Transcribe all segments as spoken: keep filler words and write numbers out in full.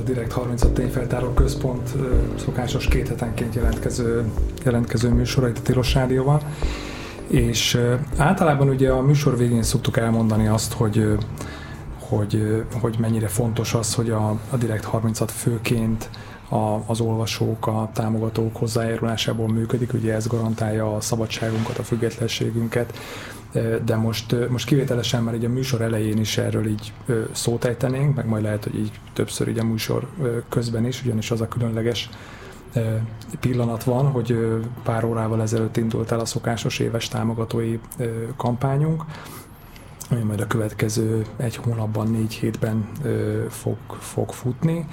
a Direkt harminchat Tényfeltáró Központ szokásos két hetenként jelentkező, jelentkező műsora itt a Tilos Rádióban. És általában ugye a műsor végén szoktuk elmondani azt, hogy, hogy, hogy mennyire fontos az, hogy a, a Direkt harminchat főként a, az olvasók, a támogatók hozzájárulásából működik, ugye ez garantálja a szabadságunkat, a függetlenségünket, de most, most kivételesen már így a műsor elején is erről így szót ejtenénk, meg majd lehet, hogy így többször így a műsor közben is, ugyanis az a különleges pillanat van, hogy pár órával ezelőtt indult el a szokásos éves támogatói kampányunk, ami majd a következő egy hónapban, négy hétben fog, fog futni.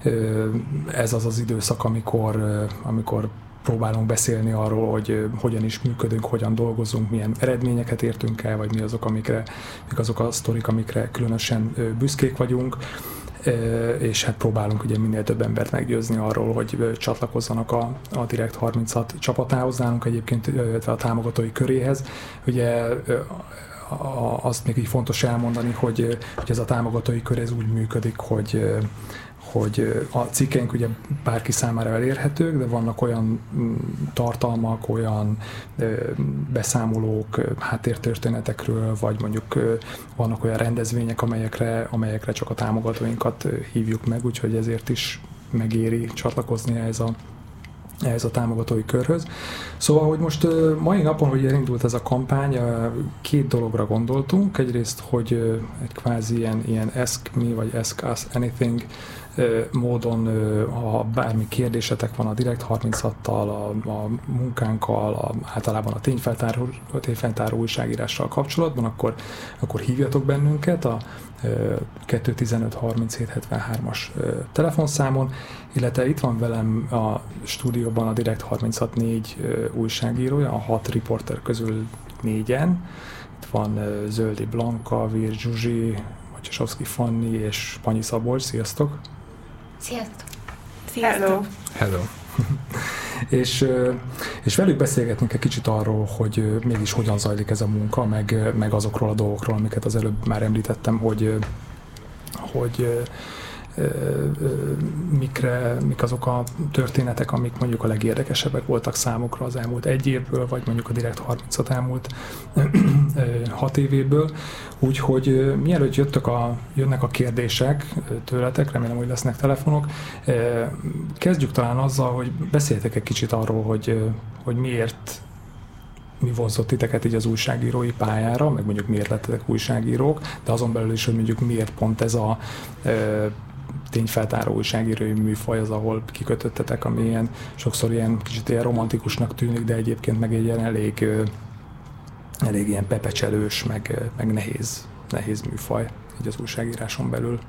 Ez az az időszak, amikor, amikor próbálunk beszélni arról, hogy hogyan is működünk, hogyan dolgozunk, milyen eredményeket értünk el, vagy mi azok, amikre, mik azok a sztorik, amikre különösen büszkék vagyunk, és hát próbálunk ugye minél több embert meggyőzni arról, hogy csatlakozzanak a, a Direkt harminchat csapatához nálunk egyébként, illetve a támogatói köréhez. Ugye azt még így fontos elmondani, hogy, hogy ez a támogatói kör ez úgy működik, hogy hogy a cikkeink ugye bárki számára elérhetők, de vannak olyan tartalmak, olyan beszámolók háttértörténetekről, vagy mondjuk vannak olyan rendezvények, amelyekre, amelyekre csak a támogatóinkat hívjuk meg, úgyhogy ezért is megéri csatlakozni ehhez a, ehhez a támogatói körhöz. Szóval, hogy most mai napon, hogy elindult ez a kampány, két dologra gondoltunk. Egyrészt, hogy egy kvázi ilyen, ilyen Ask Me, vagy Ask Us Anything módon, ha bármi kérdésetek van a Direkt harminchattal, a, a munkánkkal, a, általában a tényfeltáró, a tényfeltáró újságírással kapcsolatban, akkor, akkor hívjatok bennünket a kettő tizenöt harminchét hetvenhármas telefonszámon, illetve itt van velem a stúdióban a Direkt harminchat négy újságírója, a hat riporter közül négyen. Itt van Zöldi Blanka, Vír Zsuzsi, Macsasovszki Fanni és Panyi Szabolcs. Sziasztok! Sziasztok! Hello! Hello! és, és velük beszélgetnénk egy kicsit arról, hogy mégis hogyan zajlik ez a munka, meg, meg azokról a dolgokról, amiket az előbb már említettem, hogy, hogy mikre, mik azok a történetek, amik mondjuk a legérdekesebbek voltak számukra az elmúlt egy évből, vagy mondjuk a Direkt harminchat elmúlt hat évéből. Úgyhogy mielőtt jöttök a, jönnek a kérdések tőletek, remélem, hogy lesznek telefonok, kezdjük talán azzal, hogy beszéljetek egy kicsit arról, hogy, hogy miért mi vonzott titeket így az újságírói pályára, meg mondjuk miért lettetek újságírók, de azon belül is, hogy mondjuk miért pont ez a tényfeltáró újságírói műfaj az, ahol kikötöttetek, ami ilyen, sokszor ilyen kicsit ilyen romantikusnak tűnik, de egyébként meg egy ilyen elég, elég ilyen pepecselős, meg, meg nehéz, nehéz műfaj így az újságíráson belül.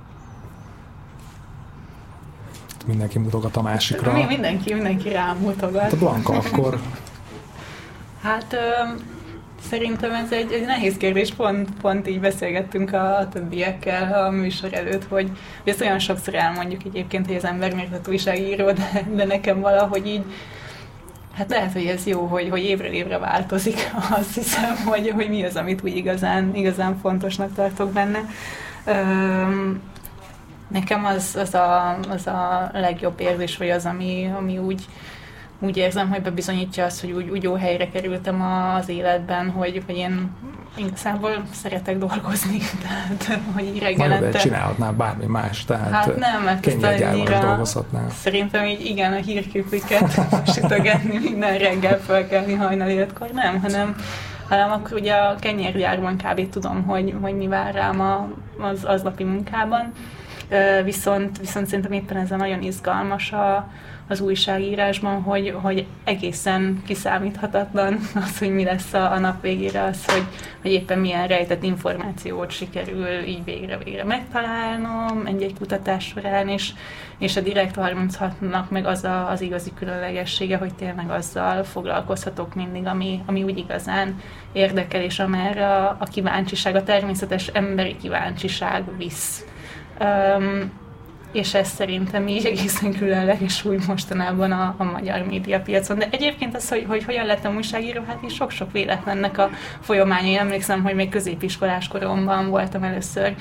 Mindenki mutogat a másikra. Mi, mindenki, mindenki rám mutogat. Hát a Blanka akkor... Hát... Ö- Szerintem ez egy, egy nehéz kérdés, pont, pont így beszélgettünk a többiekkel a műsor előtt, hogy, hogy ezt olyan sokszor elmondjuk egyébként, hogy az ember miért lett újságíró, de, de nekem valahogy így, hát lehet, hogy ez jó, hogy, hogy évről évre változik, azt hiszem, hogy, hogy mi az, amit úgy igazán, igazán fontosnak tartok benne. Üm, nekem az, az, a, az a legjobb érzés, vagy az, ami, ami úgy, úgy érzem, hogy bebizonyítja azt, hogy úgy, úgy jó helyre kerültem az életben, hogy, hogy én igazából szeretek dolgozni, tehát hogy így reggelente... Majd csinálhatnál bármi más, tehát hát nem, mert kényelgyárban is dolgozhatnál. Szerintem így igen, a hírképüket sütögetni, minden reggel felkelni hajnal életkor, nem, hanem, hanem akkor ugye a kenyérgyárban kb. Tudom, hogy, hogy mi vár rám a, az aznapi munkában, viszont, viszont szerintem éppen ez a nagyon izgalmas a az újságírásban, hogy, hogy egészen kiszámíthatatlan az, hogy mi lesz a, a nap végére, az, hogy, hogy éppen milyen rejtett információt sikerül így végre-végre megtalálnom egy-egy kutatás során, és, és a Direkt harminchatnak meg az a, az igazi különlegessége, hogy tényleg azzal foglalkozhatok mindig, ami, ami úgy igazán érdekel, és amerre a, a kíváncsiság, a természetes emberi kíváncsiság visz. Um, és ez szerintem így egészen különleges úgy mostanában a, a magyar médiapiacon. De egyébként az, hogy, hogy hogyan lettem újságíró, hát is sok-sok véletlennek a folyamánya. Én emlékszem, hogy még középiskolás koromban voltam először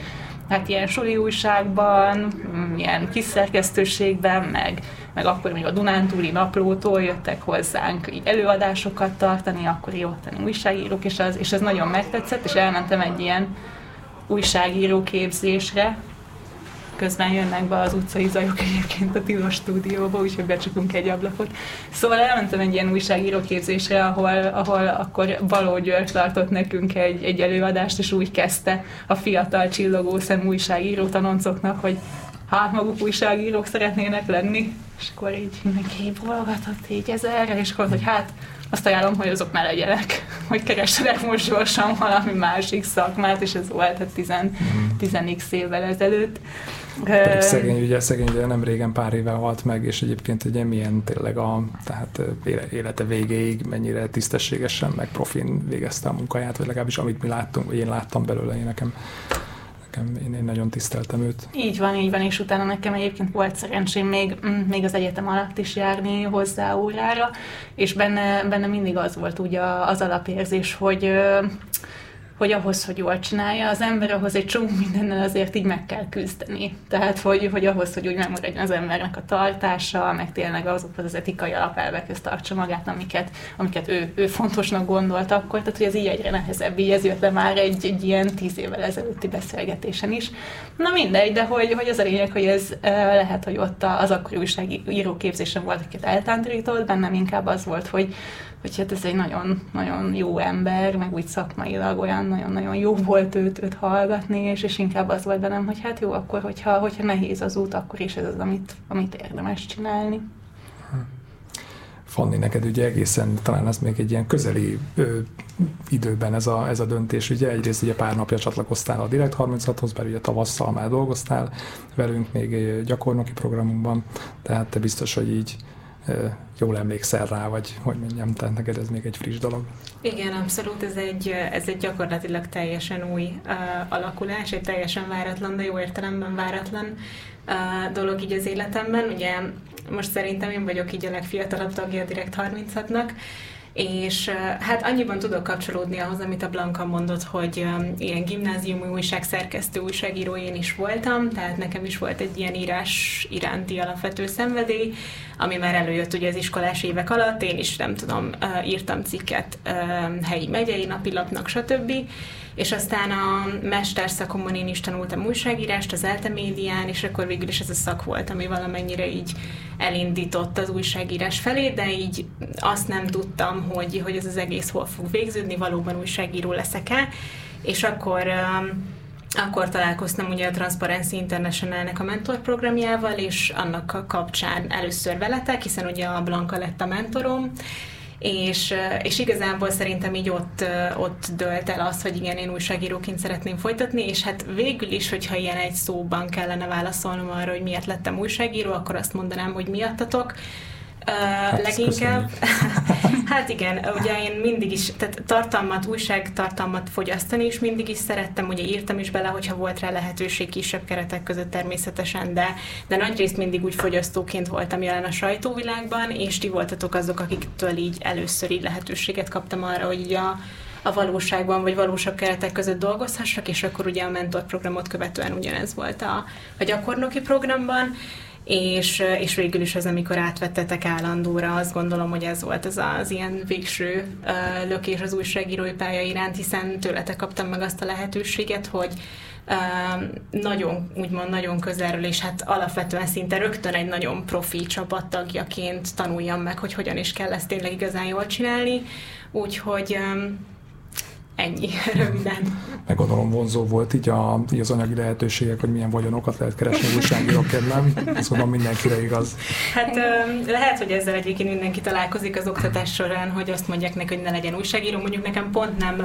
hát ilyen suli újságban, ilyen kis szerkesztőségben, meg, meg akkor még a Dunántúli Naplótól jöttek hozzánk így előadásokat tartani, akkor ottani újságírók, és az, és ez nagyon megtetszett, és elmentem egy ilyen újságíró képzésre. Közben jönnek be az utcai zajok egyébként a tilos stúdióba, úgyhogy becsukunk egy ablakot. Szóval elmentem egy ilyen újságíró képzésre, ahol, ahol akkor Baló György tartott nekünk egy, egy előadást, és úgy kezdte a fiatal csillogó szem újságíró tanoncoknak, hogy hát maguk újságírók szeretnének lenni, és akkor így mindenki bólogatott így ezerre, és akkor, hogy hát azt ajánlom, hogy azok ne legyenek, hogy keressenek most gyorsan valami másik szakmát, és ez volt hát tíz x évvel ezelőtt. Pedig szegény, ugye, szegény ugye nem régen pár éve halt meg, és egyébként ugye milyen tényleg a tehát élete végéig mennyire tisztességesen, meg profin végezte a munkáját, vagy legalábbis amit mi láttunk, vagy én láttam belőle, én nekem Én, én nagyon tiszteltem őt. Így van, így van, és utána nekem egyébként volt szerencsém még, még az egyetem alatt is járni hozzá órára, és benne, benne mindig az volt ugye az alapérzés, hogy, hogy ahhoz, hogy jól csinálja az ember, ahhoz egy csomó mindennel azért így meg kell küzdeni. Tehát, hogy, hogy ahhoz, hogy úgy megmaradjon az embernek a tartása, meg tényleg azokhoz az etikai alapelvekhez tartsa magát, amiket, amiket ő, ő fontosnak gondolt akkor, tehát hogy ez így egyre nehezebb, így ez jött le már egy, egy ilyen tíz évvel ezelőtti beszélgetésen is. Na mindegy, de hogy, hogy az a lényeg, hogy ez lehet, hogy ott az akkori újságíró képzésen volt, akiket eltántorított, bennem inkább az volt, hogy hogy hát ez egy nagyon, nagyon jó ember, meg úgy szakmailag olyan nagyon-nagyon jó volt őt, őt hallgatni, és, és inkább az volt bennem, hogy hát jó, akkor, hogyha, hogyha nehéz az út, akkor is ez az, amit, amit érdemes csinálni. Fanni, neked ugye egészen, talán ez még egy ilyen közeli ö, időben ez a, ez a döntés, ugye egyrészt ugye pár napja csatlakoztál a Direkt harminchathoz, bár ugye tavasszal már dolgoztál velünk még gyakornoki programunkban, tehát te biztos, hogy így jól emlékszel rá, vagy hogy mondjam, tehát neked ez még egy friss dolog. Igen, abszolút, ez egy, ez egy gyakorlatilag teljesen új uh, alakulás, egy teljesen váratlan, de jó értelemben váratlan uh, dolog így az életemben. Ugye most szerintem én vagyok így a legfiatalabb tagja a Direkt harminchatnak, és hát annyiban tudok kapcsolódni ahhoz, amit a Blanka mondott, hogy um, ilyen gimnáziumi újság szerkesztő újságíró én is voltam, tehát nekem is volt egy ilyen írás iránti alapvető szenvedély, ami már előjött ugye az iskolás évek alatt, én is nem tudom, uh, írtam cikket uh, helyi megyei napilapnak, stb. És aztán a mesterszakomon én is tanultam újságírást az ELTE médián, és akkor végül is ez a szak volt, ami valamennyire így elindított az újságírás felé, de így azt nem tudtam, hogy, hogy ez az egész hol fog végződni, valóban újságíró leszek-e, és akkor... Akkor találkoztam ugye a Transparency International-nek a mentorprogramjával, és annak kapcsán először veletek, hiszen ugye a Blanka lett a mentorom, És, és igazából szerintem így ott, ott dölt el az, hogy igen, én újságíróként szeretném folytatni, és hát végül is, hogyha ilyen egy szóban kellene válaszolnom arra, hogy miért lettem újságíró, akkor azt mondanám, hogy miattatok. Hát leginkább. Hát igen, ugye én mindig is, tehát tartalmat, újságtartalmat fogyasztani is mindig is szerettem, ugye írtam is bele, hogyha volt rá lehetőség kisebb keretek között természetesen, de, de nagyrészt mindig úgy fogyasztóként voltam jelen a sajtóvilágban, és ti voltatok azok, akiktől így először így lehetőséget kaptam arra, hogy így a a valóságban, vagy valósabb keretek között dolgozhassak, és akkor ugye a mentorprogramot követően ugyanez volt a, a gyakornoki programban, és, és végül is az, amikor átvettetek állandóra, azt gondolom, hogy ez volt az az ilyen végső uh, lökés az újságírói pálya iránt, hiszen tőletek kaptam meg azt a lehetőséget, hogy uh, nagyon, úgymond nagyon közelről, és hát alapvetően szinte rögtön egy nagyon profi csapattagjaként tanuljam meg, hogy hogyan is kell ezt tényleg igazán jól csinálni, úgyhogy um, ennyi, röviden. Meg gondolom vonzó volt így, a, így az anyagi lehetőségek, hogy milyen vagyonokat lehet keresni újságíróként, nem? Azt mondom, mindenkire igaz. Hát lehet, hogy ezzel egyébként mindenki találkozik az oktatás során, hogy azt mondják neki, hogy ne legyen újságíró. Mondjuk nekem pont nem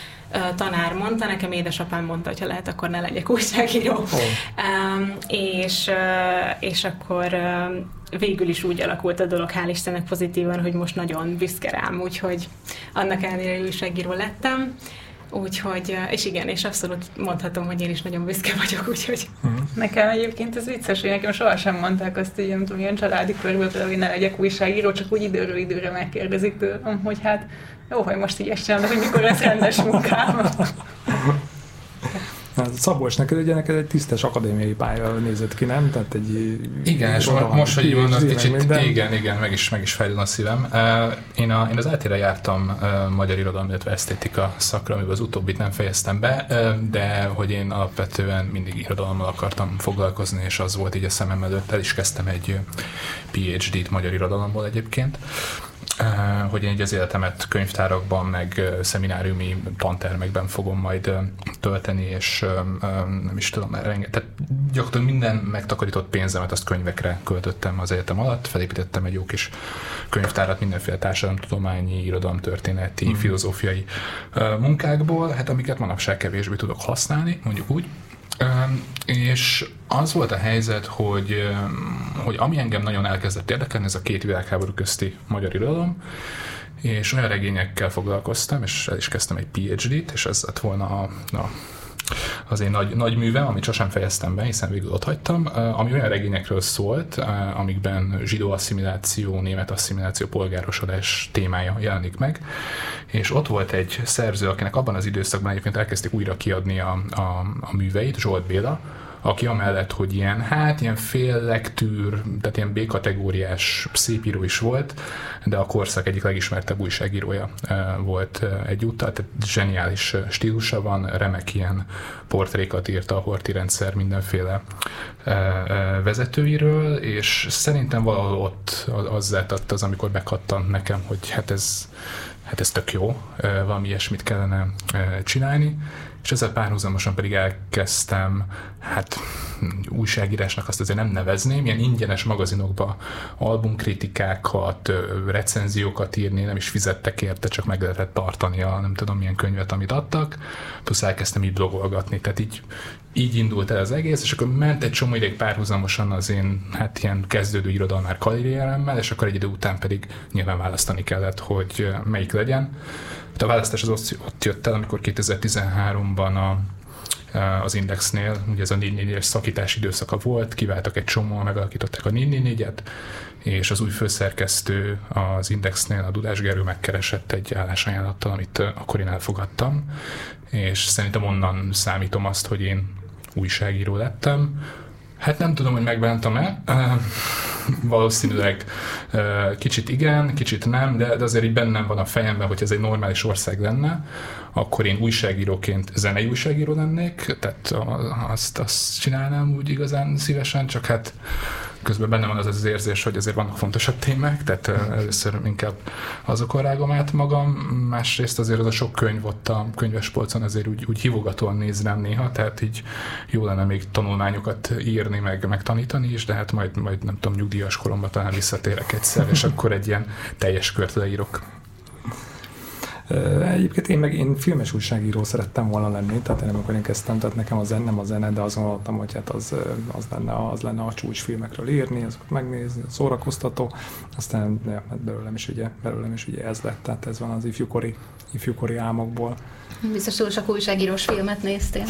tanár mondta, nekem édesapám mondta, hogy ha lehet, akkor ne legyek újságíró. Oh. Um, és, és akkor végül is úgy alakult a dolog, hál' Istennek pozitívan, hogy most nagyon büszke rám, úgyhogy annak ellenére újságíró lettem. Úgyhogy, és igen, és abszolút mondhatom, hogy én is nagyon büszke vagyok, úgyhogy... Nekem egyébként ez vicces, hogy nekem sohasem mondták azt, hogy nem tudom, ilyen családi körből, hogy ne legyek újságíró, csak úgy időről időre megkérdezik tőlem, hogy hát jó, hogy most így ezt csinálom, hogy mikor lesz rendes munkám. Szabolcs, neked ugye neked egy tisztes akadémiai pálya nézett ki, nem? Tehát egy... Igen, és most, hogy mondod, kicsit, igen, igen, meg is, meg is fejlődön a szívem. Én, a, én az á té-re jártam magyar irodalom, illetve esztétika szakra, amiben az utóbbit nem fejeztem be, de hogy én alapvetően mindig irodalommal akartam foglalkozni, és az volt így a szemem előtt. El is kezdtem egy pé há dét magyar irodalomból egyébként, hogy én az életemet könyvtárakban, meg szemináriumi tantermekben fogom majd tölteni, és nem is tudom, renget, tehát gyakorlatilag minden megtakarított pénzemet azt könyvekre költöttem az egyetem alatt, felépítettem egy jó kis könyvtárat mindenféle társadalomtudományi, irodalomtörténeti, mm. filozófiai munkákból, hát amiket manapság kevésbé tudok használni, mondjuk úgy. És az volt a helyzet, hogy, hogy ami engem nagyon elkezdett érdekelni, ez a két világháború közti magyar irodalom, és olyan regényekkel foglalkoztam, és el is kezdtem egy pé há dét, és ez lett volna a, a, az én nagy, nagy művem, amit sosem fejeztem be, hiszen végül ott hagytam, ami olyan regényekről szólt, amikben zsidó asszimiláció, német asszimiláció, polgárosodás témája jelenik meg, és ott volt egy szerző, akinek abban az időszakban egyébként elkezdték újra kiadni a, a, a műveit, Zsolt Béla, aki amellett, hogy ilyen, hát ilyen fél lektűr, tehát ilyen B-kategóriás szépíró is volt, de a korszak egyik legismertebb újságírója volt egyúttal, tehát zseniális stílusa van, remek ilyen portrékat írt a Horthy rendszer mindenféle vezetőiről, és szerintem valahol ott az lett az, amikor meghattant nekem, hogy hát ez, hát ez tök jó, valami ilyesmit kellene csinálni, és ezzel párhuzamosan pedig elkezdtem, hát újságírásnak azt azért nem nevezném, ilyen ingyenes magazinokba albumkritikákat, recenziókat írni, nem is fizettek érte, csak meg lehetett tartani a nem tudom milyen könyvet, amit adtak, plusz elkezdtem így blogolgatni, tehát így, így indult el az egész, és akkor ment egy csomó ideig párhuzamosan az én hát ilyen kezdődő irodalmár karrieremmel, és akkor egy idő után pedig nyilván választani kellett, hogy melyik legyen. A választás az ott jött el, amikor kétezer-tizenháromban a, az Indexnél, ugye ez a négy négy négyes szakítási időszaka volt, kiváltak egy csomó, megalakították a négy négy négyet, és az új főszerkesztő az Indexnél, a Dudás Gerő megkeresett egy állásajánlattal, amit akkor én elfogadtam, és szerintem onnan számítom azt, hogy én újságíró lettem. Hát nem tudom, hogy megbántam-e, valószínűleg kicsit igen, kicsit nem, de azért így bennem van a fejemben, hogy ez egy normális ország lenne, akkor én újságíróként zenei újságíró lennék, tehát azt, azt csinálnám úgy igazán szívesen, csak hát közben benne van az az érzés, hogy azért vannak fontosabb témák, tehát először inkább azokon rágom át magam, másrészt azért az a sok könyv ott a könyvespolcon azért úgy, úgy hívogatóan néz rám néha, tehát így jó lenne még tanulmányokat írni, meg, meg tanítani is, de hát majd, majd nem tudom, nyugdíjas koromban talán visszatérek egyszer, és akkor egy ilyen teljes kört leírok. Egyébként én meg én filmes újságíró szerettem volna lenni, tehát én amikor én kezdtem, tehát nekem a zene, nem a zene, de azon gondoltam, hogy hát az, az, lenne, az lenne a csúcsfilmekről írni, azokat megnézni, szórakoztató, aztán ja, belőlem, is ugye, belőlem is ugye ez lett, tehát ez van az ifjúkori, ifjúkori álmokból. Biztos túl sok újságírós filmet néztél.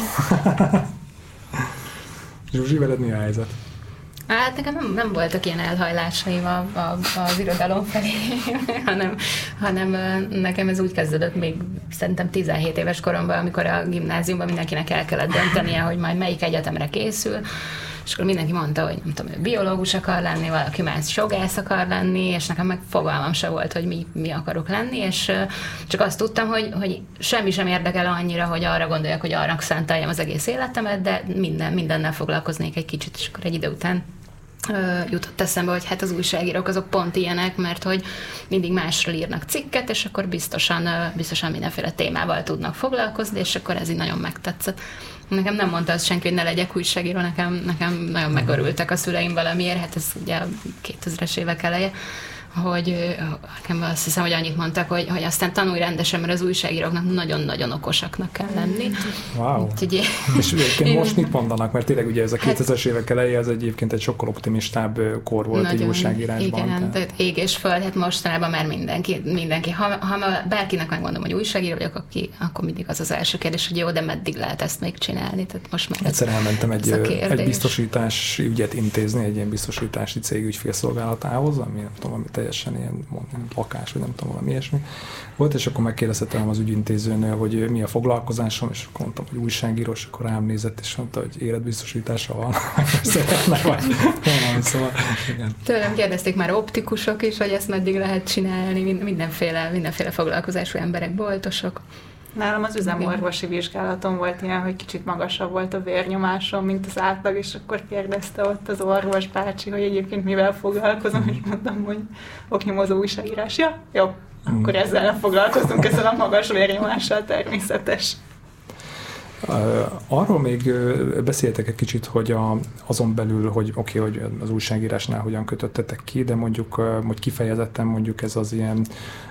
Zsuzsi, veled mi a helyzet? Hát nekem nem, nem voltak ilyen elhajlásaim a, a, az irodalom felé, hanem, hanem nekem ez úgy kezdődött még szerintem tizenhét éves koromban, amikor a gimnáziumban mindenkinek el kellett döntenie, hogy majd melyik egyetemre készül, és akkor mindenki mondta, hogy nem tudom, ő biológus akar lenni, valaki más jogász akar lenni, és nekem meg fogalmam se volt, hogy mi, mi akarok lenni, és csak azt tudtam, hogy, hogy semmi sem érdekel annyira, hogy arra gondoljak, hogy arra szenteljam az egész életemet, de minden, mindennel foglalkoznék egy kicsit, és akkor egy idő után Uh, jutott eszembe, hogy hát az újságírók azok pont ilyenek, mert hogy mindig másról írnak cikket, és akkor biztosan, uh, biztosan mindenféle témával tudnak foglalkozni, és akkor ez így nagyon megtetszett. Nekem nem mondta azt senki, hogy ne legyek újságíró, nekem, nekem nagyon megörültek a szüleim valamiért, hát ez ugye a kétezres évek eleje, hogy nekem azt hiszem, hogy annyit mondtak, hogy, hogy aztán tanulj rendesen, mert az újságíróknak nagyon-nagyon okosaknak kell lenni. Wow. Úgyhogy, és egyébként most mit mondanak? Mert tényleg ugye ez a kétezres évek eleje, ez egyébként egy sokkal optimistább kor volt egy újságírásban. Igen, tehát ég és föld, hát mostanában már mindenki, mindenki. Ha, ha bárkinek megmondom, hogy újságíró vagyok, aki, akkor mindig az az első kérdés, hogy jó, de meddig lehet ezt még csinálni? Tehát most már egyszer elmentem egy, egy biztosítási ügyet intézni, egy ilyen biztosítási cég ügyfélszolgálatához, ami nem tudom, amit teljesen ilyen lakás, vagy nem tudom, valami ilyesmi volt, és akkor megkérdeztem az ügyintézőnél, hogy mi a foglalkozásom, és akkor mondtam, hogy újságíró, és akkor rám nézett, és mondta, hogy életbiztosítása van. Szeretne, vagy valami, szóval, igen. Tőlem kérdezték már optikusok is, hogy ezt meddig lehet csinálni, mindenféle, mindenféle foglalkozású emberek, boltosok. Nálam az üzemorvosi vizsgálaton volt ilyen, hogy kicsit magasabb volt a vérnyomásom, mint az átlag, és akkor kérdezte ott az orvos bácsi, hogy egyébként mivel foglalkozom, és mondtam, hogy oknyomozó újságírás. Ja, jó, akkor ezzel nem foglalkozunk, ezzel a magas vérnyomással természetes. Arról még beszéltek egy kicsit, hogy a, azon belül, hogy oké, okay, hogy az újságírásnál hogyan kötöttetek ki, de mondjuk, hogy kifejezetten mondjuk ez az ilyen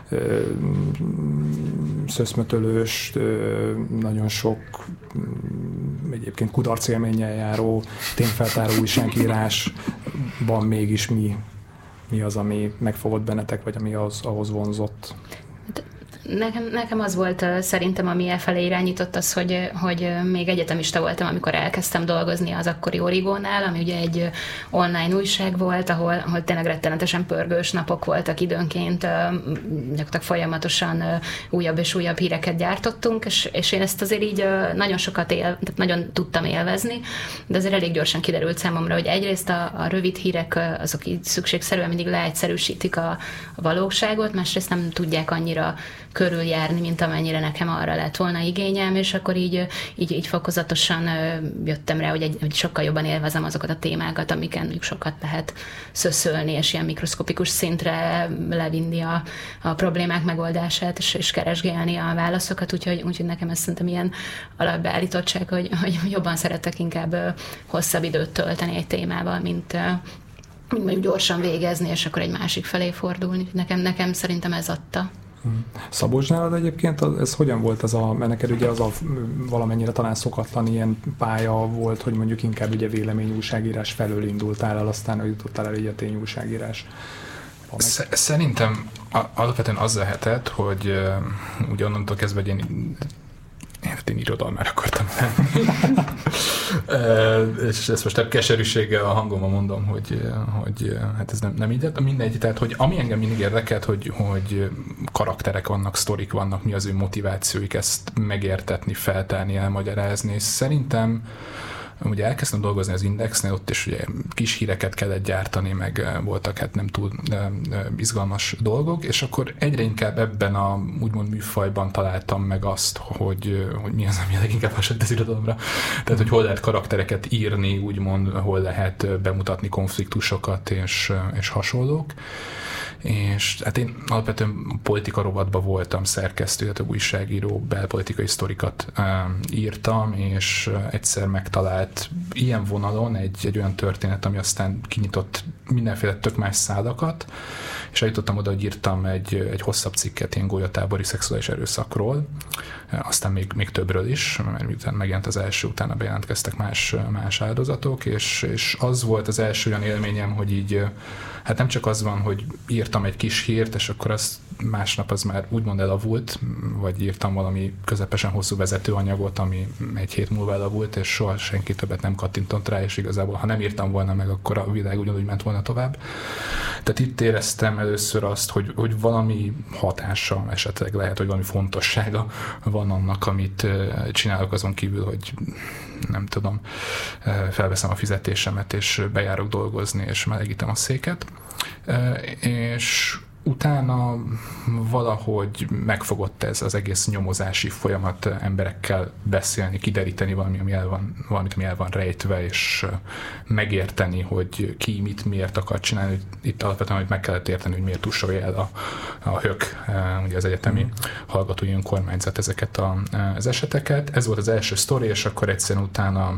szöszmötölős, nagyon sok egyébként kudarc élménnyel járó tényfeltáró újságírásban mégis mi, mi az, ami megfogott bennetek, vagy ami az, ahhoz vonzott? Nekem, nekem az volt szerintem, ami elfelé irányított az, hogy, hogy még egyetemista voltam, amikor elkezdtem dolgozni az akkori Origónál, ami ugye egy online újság volt, ahol, ahol tényleg rettenetesen pörgős napok voltak időnként, gyakorlatilag folyamatosan újabb és újabb híreket gyártottunk, és, és én ezt azért így nagyon sokat él, tehát nagyon tudtam élvezni, de azért elég gyorsan kiderült számomra, hogy egyrészt a, a rövid hírek azok így szükségszerűen mindig leegyszerűsítik a, a valóságot, másrészt nem tudják annyira körüljárni, mint amennyire nekem arra lett volna igényem, és akkor így, így, így fokozatosan jöttem rá, hogy, egy, hogy sokkal jobban élvezem azokat a témákat, amiken mondjuk sokat lehet szöszölni, és ilyen mikroszkopikus szintre levinni a, a problémák megoldását, és, és keresgélni a válaszokat, úgyhogy, úgyhogy nekem ez szerintem ilyen alapbeállítottság, hogy, hogy jobban szeretek inkább hosszabb időt tölteni egy témával, mint mint mondjuk gyorsan végezni, és akkor egy másik felé fordulni. Nekem, nekem szerintem ez adta. Szabolcs, nálad egyébként ez hogyan volt ez a, mert neked ugye az a valamennyire talán szokatlan ilyen pálya volt, hogy mondjuk inkább ugye véleményújságírás felől indultál el, aztán hogy jutottál el így a tényújságírás? Szerintem alapvetően az lehetett, hogy uh, ugye onnantól kezdve egy ilyen én irodalmár akartam lenni. És ezt most több keserűséggel a hangommal mondom, hogy, hogy hát ez nem, nem így, mindegy. Tehát, hogy ami engem mindig érdekelt, hogy, hogy karakterek vannak, sztorik vannak, mi az ő motivációik, ezt megértetni, feltárni, elmagyarázni, és szerintem ugye elkezdtem dolgozni az Indexnél, ott is ugye kis híreket kellett gyártani, meg voltak hát nem túl izgalmas dolgok, és akkor egyre inkább ebben a úgymond műfajban találtam meg azt, hogy, hogy mi az, ami leginkább hasonlít az irodalomra. Tehát, hogy hol lehet karaktereket írni, úgymond, hol lehet bemutatni konfliktusokat és, és hasonlók. És hát én alapvetően politika rovatban voltam szerkesztő, tehát újságíró, belpolitikai sztorikat uh, írtam, és uh, egyszer megtalált ilyen vonalon egy, egy olyan történet, ami aztán kinyitott mindenféle tök más szálakat, és eljutottam oda, hogy írtam egy, egy hosszabb cikket ilyen golyatábori szexuális erőszakról, uh, aztán még, még többről is, mert miután megjelent az első, utána bejelentkeztek más, más áldozatok, és, és az volt az első olyan élményem, hogy így uh, hát nem csak az van, hogy írtam egy kis hírt, és akkor az másnap az már úgymond elavult, vagy írtam valami közepesen hosszú vezetőanyagot, ami egy hét múlva elavult, és soha senki többet nem kattintott rá, és igazából, ha nem írtam volna meg, akkor a világ ugyanúgy ment volna tovább. Tehát itt éreztem először azt, hogy, hogy valami hatása, esetleg lehet, hogy valami fontossága van annak, amit csinálok, azon kívül, hogy nem tudom, felveszem a fizetésemet, és bejárok dolgozni, és melegítem a széket. És utána valahogy megfogott ez az egész nyomozási folyamat, emberekkel beszélni, kideríteni valami, ami el van, valamit, ami el van rejtve, és megérteni, hogy ki mit, miért akar csinálni. Itt alapvetően hogy meg kellett érteni, hogy miért tussolja el a, a hök, ugye az egyetemi hallgatói önkormányzat ezeket a, az eseteket. Ez volt az első sztori, és akkor egyszerűen utána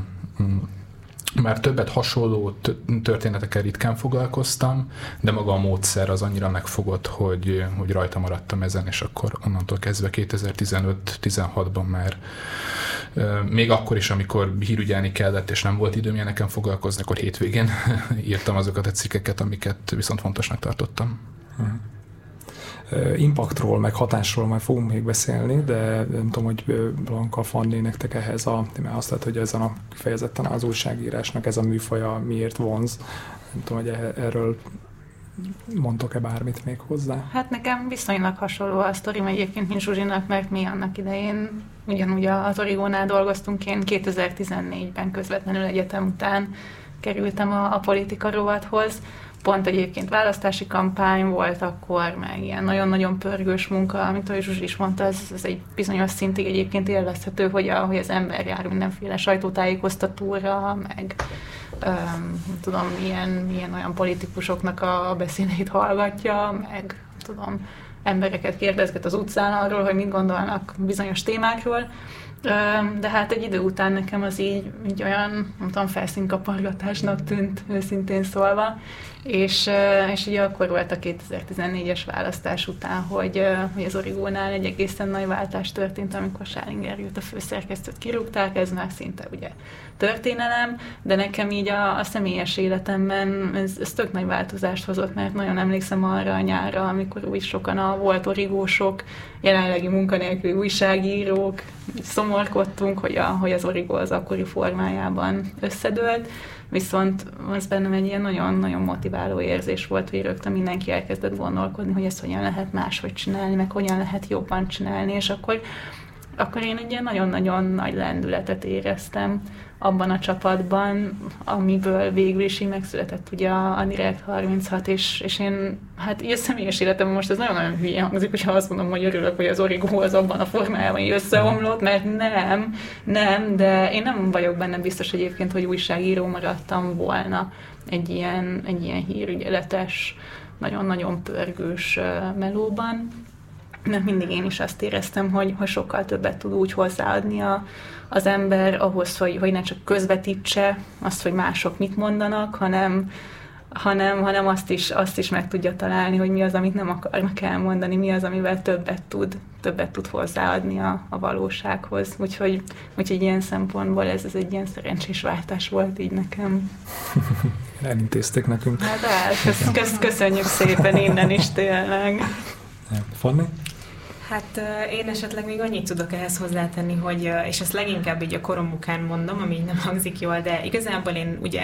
már többet hasonló történetekkel ritkán foglalkoztam, de maga a módszer az annyira megfogott, hogy, hogy rajta maradtam ezen, és akkor onnantól kezdve kétezer-tizenöt-tizenhatban már még akkor is, amikor hírügyelni kellett, és nem volt időm ilyeneken foglalkozni, akkor hétvégén írtam azokat a cikkeket, amiket viszont fontosnak tartottam. Hmm. Impactról, meg hatásról már fogunk még beszélni, de nem tudom, hogy Blanka, Fanni, nektek ehhez a, mert azt lehet, hogy ezen a kifejezetten az újságírásnak ez a műfaja miért vonz. Nem tudom, hogy erről mondtok-e bármit még hozzá? Hát nekem viszonylag hasonló a sztorim egyébként, mint Zsuzsinak, mert mi annak idején ugyanúgy az Origónál dolgoztunk, én kétezer-tizennégyben közvetlenül egyetem után kerültem a, a politika rovathoz. Pont egyébként választási kampány volt akkor, meg ilyen nagyon-nagyon pörgős munka, amit a Zsuzsi is mondta, ez, ez egy bizonyos szintig egyébként élvezhető, hogy, a, hogy az ember jár mindenféle sajtótájékoztatóra, meg öm, tudom, ilyen, ilyen olyan politikusoknak a beszédeit hallgatja, meg tudom, embereket kérdezget az utcán arról, hogy mit gondolnak bizonyos témákról. De hát egy idő után nekem az így, így olyan, nem tudom, felszínkapargatásnak tűnt, őszintén szólva, és, és ugye akkor volt a kétezer-tizennégyes választás után, hogy, hogy az Origónál egy egészen nagy váltás történt, amikor Sálinger jött, a főszerkesztőt kirúgták, ez már szinte ugye történelem, de nekem így a, a személyes életemben ez, ez tök nagy változást hozott, mert nagyon emlékszem arra a nyárra, amikor úgy sokan a volt origósok, jelenlegi munkanélküli újságírók, szomorkodtunk, hogy, a, hogy az Origó az akkori formájában összedőlt, viszont az bennem egy ilyen nagyon-nagyon motiváló érzés volt, hogy rögtön mindenki elkezdett gondolkodni, hogy ezt hogyan lehet máshogy csinálni, meg hogyan lehet jobban csinálni, és akkor, akkor én egy ilyen nagyon-nagyon nagy lendületet éreztem abban a csapatban, amiből végül is így megszületett ugye a, a Direkt harminchat, és, és én, hát így a személyes életemben most ez nagyon-nagyon hülye hangzik, hogyha azt mondom, hogy örülök, hogy az Origó az abban a formájában így összeomlott, mert nem, nem, de én nem vagyok benne biztos egyébként, hogy újságíró maradtam volna egy ilyen, egy ilyen hírügyeletes, nagyon-nagyon pörgős melóban. Mert mindig én is azt éreztem, hogy, hogy sokkal többet tud úgy hozzáadni a, az ember ahhoz, hogy, hogy ne csak közvetítse azt, hogy mások mit mondanak, hanem, hanem, hanem azt, is, azt is meg tudja találni, hogy mi az, amit nem akarnak elmondani, mi az, amivel többet tud, többet tud hozzáadni a, a valósághoz. Úgyhogy, úgyhogy ilyen szempontból ez, ez egy ilyen szerencsés váltás volt így nekem. Elintézték nekünk. Hát kösz, kösz, köszönjük szépen innen is tényleg. Fanni? Hát én esetleg még annyit tudok ehhez hozzátenni, hogy, és ezt leginkább így a korom után mondom, ami nem hangzik jól, de igazából én ugye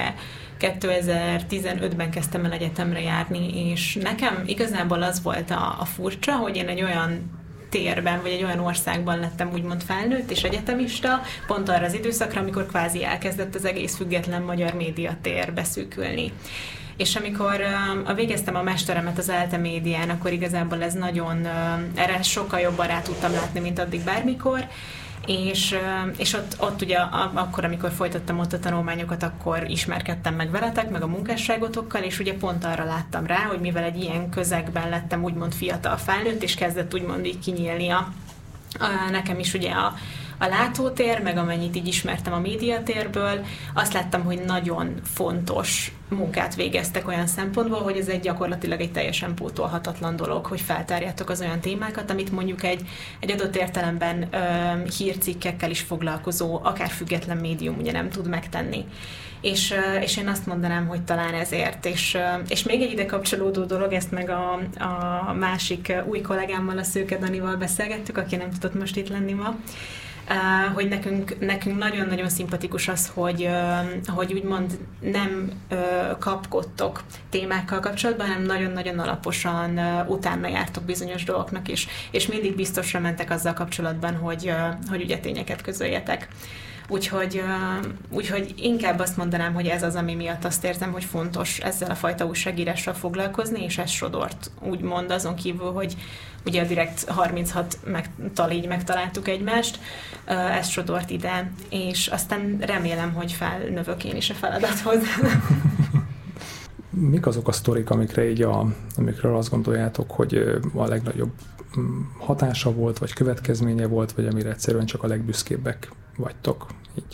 kétezer-tizenötben kezdtem el egyetemre járni, és nekem igazából az volt a, a furcsa, hogy én egy olyan térben, vagy egy olyan országban lettem úgymond felnőtt és egyetemista, pont arra az időszakra, amikor kvázi elkezdett az egész független magyar médiatér beszűkülni. És amikor uh, végeztem a mesteremet az ELTE médián, akkor igazából ez nagyon, uh, erre sokkal jobban rá tudtam látni, mint addig bármikor, és, uh, és ott, ott ugye a, akkor, amikor folytattam ott a tanulmányokat, akkor ismerkedtem meg veletek, meg a munkásságotokkal, és ugye pont arra láttam rá, hogy mivel egy ilyen közegben lettem úgymond fiatal felnőtt, és kezdett úgymond így kinyílni a, a, nekem is ugye a a látótér, meg amennyit így ismertem a médiatérből, azt láttam, hogy nagyon fontos munkát végeztek olyan szempontból, hogy ez egy gyakorlatilag egy teljesen pótolhatatlan dolog, hogy feltárjátok az olyan témákat, amit mondjuk egy, egy adott értelemben ö, hírcikkekkel is foglalkozó, akár független médium ugye nem tud megtenni. És, és én azt mondanám, hogy talán ezért. És, és még egy ide kapcsolódó dolog, ezt meg a, a másik új kollégámmal, a Szőke Danival beszélgettük, aki nem tudott most itt lenni ma, Uh, hogy nekünk, nekünk nagyon-nagyon szimpatikus az, hogy, uh, hogy úgymond nem uh, kapkodtok témákkal kapcsolatban, hanem nagyon-nagyon alaposan uh, utána jártok bizonyos dolgoknak is, és mindig biztosra mentek azzal kapcsolatban, hogy, uh, hogy ugye tényeket közöljetek. Úgyhogy, uh, úgyhogy inkább azt mondanám, hogy ez az, ami miatt azt érzem, hogy fontos ezzel a fajta újságírással foglalkozni, és ez sodort úgymond azon kívül, hogy ugye a Direkt harminchat megtal, így megtaláltuk egymást, uh, ez sodort ide, és aztán remélem, hogy felnövök én is a feladathoz. Mik azok a sztorik, amikre így a, amikről azt gondoljátok, hogy a legnagyobb hatása volt, vagy következménye volt, vagy amire egyszerűen csak a legbüszkébbek vagytok? Így.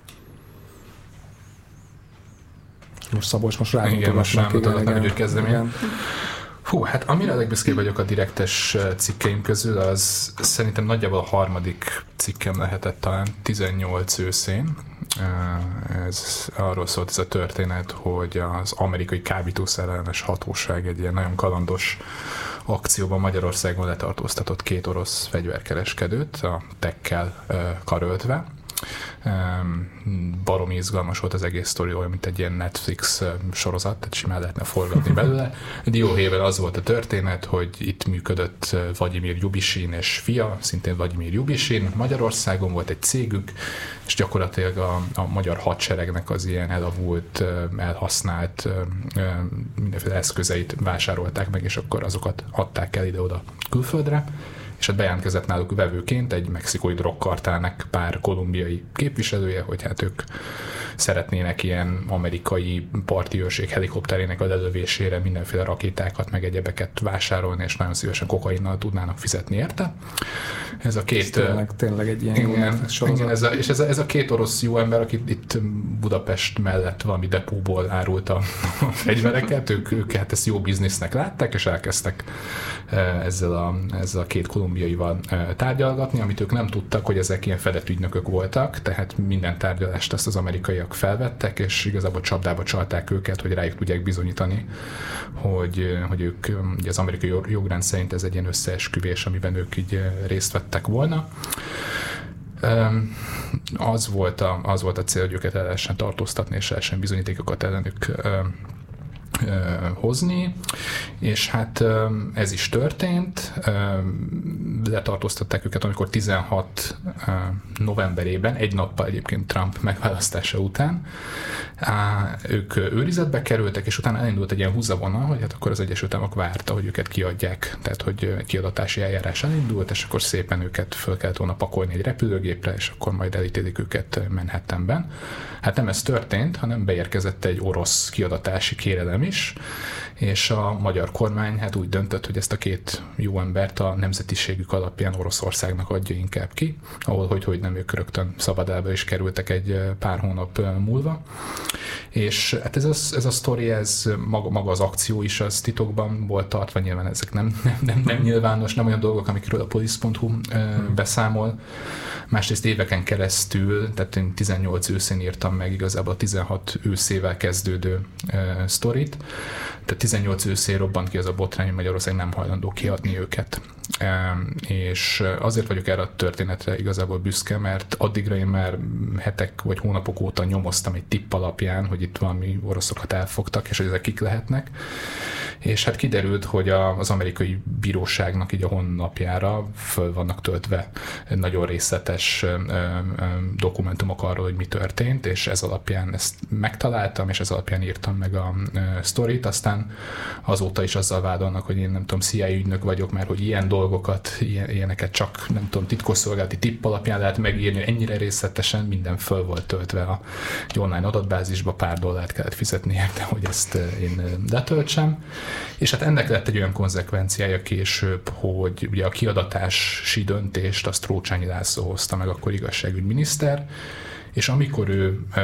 Most Szabolcs, most rámutogatnak. Igen, most rámutogatnak, hogy kezdem én. Hú, hát amire a legbüszkébb vagyok a Direktes cikkeim közül, az szerintem nagyjából a harmadik cikkem lehetett talán tizennyolc őszén. Ez arról szólt ez a történet, hogy az amerikai kábítószerellenes hatóság egy ilyen nagyon kalandos akcióban Magyarországon letartóztatott két orosz fegyverkereskedőt, a tekkel karöltve. baromi izgalmas volt az egész sztori, olyan, mint egy ilyen Netflix sorozat, tehát simán lehetne forgatni belőle. Dióhéjban az volt a történet, hogy itt működött Vladimir Ljubisin és fia, szintén Vladimir Ljubisin, Magyarországon volt egy cégük, és gyakorlatilag a, a magyar hadseregnek az ilyen elavult, elhasznált mindenféle eszközeit vásárolták meg, és akkor azokat adták el ide-oda külföldre, és hát bejelentkezett náluk vevőként egy mexikói drogkartálnak pár kolumbiai képviselője, hogy hát ők szeretnének ilyen amerikai parti őrség helikopterének a lelövésére mindenféle rakétákat, meg egyebeket vásárolni, és nagyon szívesen kokainnal tudnának fizetni érte. Ez a két... Ez tényleg, tényleg egy ilyen igen, igen, ez a, és ez a, ez a két orosz jó ember, akit itt Budapest mellett valami depóból árult a fegyvereket, ők, ők hát ezt jó biznisznek látták, és elkezdtek ezzel a, ezzel a két kolumbiaival tárgyalgatni, amit ők nem tudtak, hogy ezek ilyen fedett ügynökök voltak, tehát minden tárgyalást azt az amerikaiak felvettek, és igazából csapdába csalták őket, hogy rájuk tudják bizonyítani, hogy, hogy ők, ugye az amerikai jogrend szerint ez egy ilyen összeesküvés, amiben ők így részt vettek volna. Az volt a, az volt a cél, hogy őket el lehessen tartóztatni, és lehessen bizonyítékokat ellenük hozni, és hát ez is történt. Letartóztatták őket, amikor tizenhat novemberében, egy nappal egyébként Trump megválasztása után, ők őrizetbe kerültek, és utána elindult egy ilyen húzavona, hogy hát akkor az Egyesült Államok várta, hogy őket kiadják, tehát hogy kiadatási eljárás elindult, és akkor szépen őket föl kellett volna pakolni egy repülőgépre, és akkor majd elítélik őket Manhattanben. Hát nem ez történt, hanem beérkezett egy orosz kiadatási kérelem is, és a magyar kormány hát úgy döntött, hogy ezt a két jó embert a nemzetiségük alapján Oroszországnak adja inkább ki, ahol hogy, hogy nem ők rögtön szabadálba is kerültek egy pár hónap múlva. És hát ez a, ez a sztori, ez maga, maga az akció is az titokban volt tartva, nyilván ezek nem, nem, nem, nem nyilvános, nem olyan dolgok, amikről a police pont hu beszámol. Másrészt éveken keresztül, tehát én tizennyolc őszén írtam meg igazából a tizenhat őszével kezdődő uh, sztorit, tehát tizennyolc őszén robbant ki az a botrány, hogy Magyarország nem hajlandó kiadni őket. Um, és azért vagyok erre a történetre igazából büszke, mert addigra én már hetek vagy hónapok óta nyomoztam egy tipp alapján, hogy itt valami oroszokat elfogtak, és hogy ezek kik lehetnek. És hát kiderült, hogy a, az amerikai bíróságnak így a honlapjára föl vannak töltve nagyon részletes ö, ö, dokumentumok arról, hogy mi történt, és ez alapján ezt megtaláltam, és ez alapján írtam meg a ö, sztorit, aztán azóta is azzal vádolnak, hogy én nem tudom, C I A ügynök vagyok, mert hogy ilyen dolgokat, ilyen, ilyeneket csak nem tudom, titkosszolgálati tipp alapján lehet megírni, ennyire részletesen minden föl volt töltve a egy online adatbázisba, pár dollárt kellett fizetni érte, hogy ezt én letöltsem. És hát ennek lett egy olyan konzekvenciája később, hogy ugye a kiadatási döntést azt Trócsányi László hozta meg, akkor igazságügyminiszter, és amikor ő ö,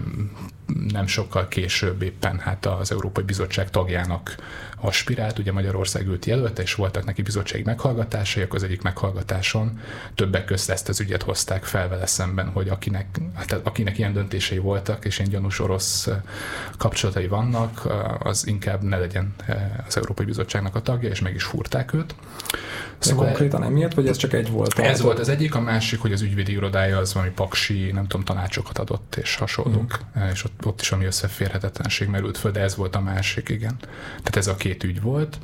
nem sokkal később éppen hát az Európai Bizottság tagjának aspirált, ugye Magyarország őt jelölte, és voltak neki bizottsági meghallgatásai, akkor az egyik meghallgatáson többek közt ezt az ügyet hozták fel vele szemben, hogy akinek, hát akinek ilyen döntései voltak, és ilyen gyanús orosz kapcsolatai vannak, az inkább ne legyen az Európai Bizottságnak a tagja, és meg is fúrták őt. Szóval konkrétan emiatt, vagy ez csak egy volt? Ez volt az egyik, a másik, hogy az ügyvédi irodája az valami paksi, nem tudom, tanácsokat adott, és hasonlók, mm. és ott, ott is ami összeférhetetlenség merült föl, de ez volt a másik, igen. Tehát ez a két ügy volt.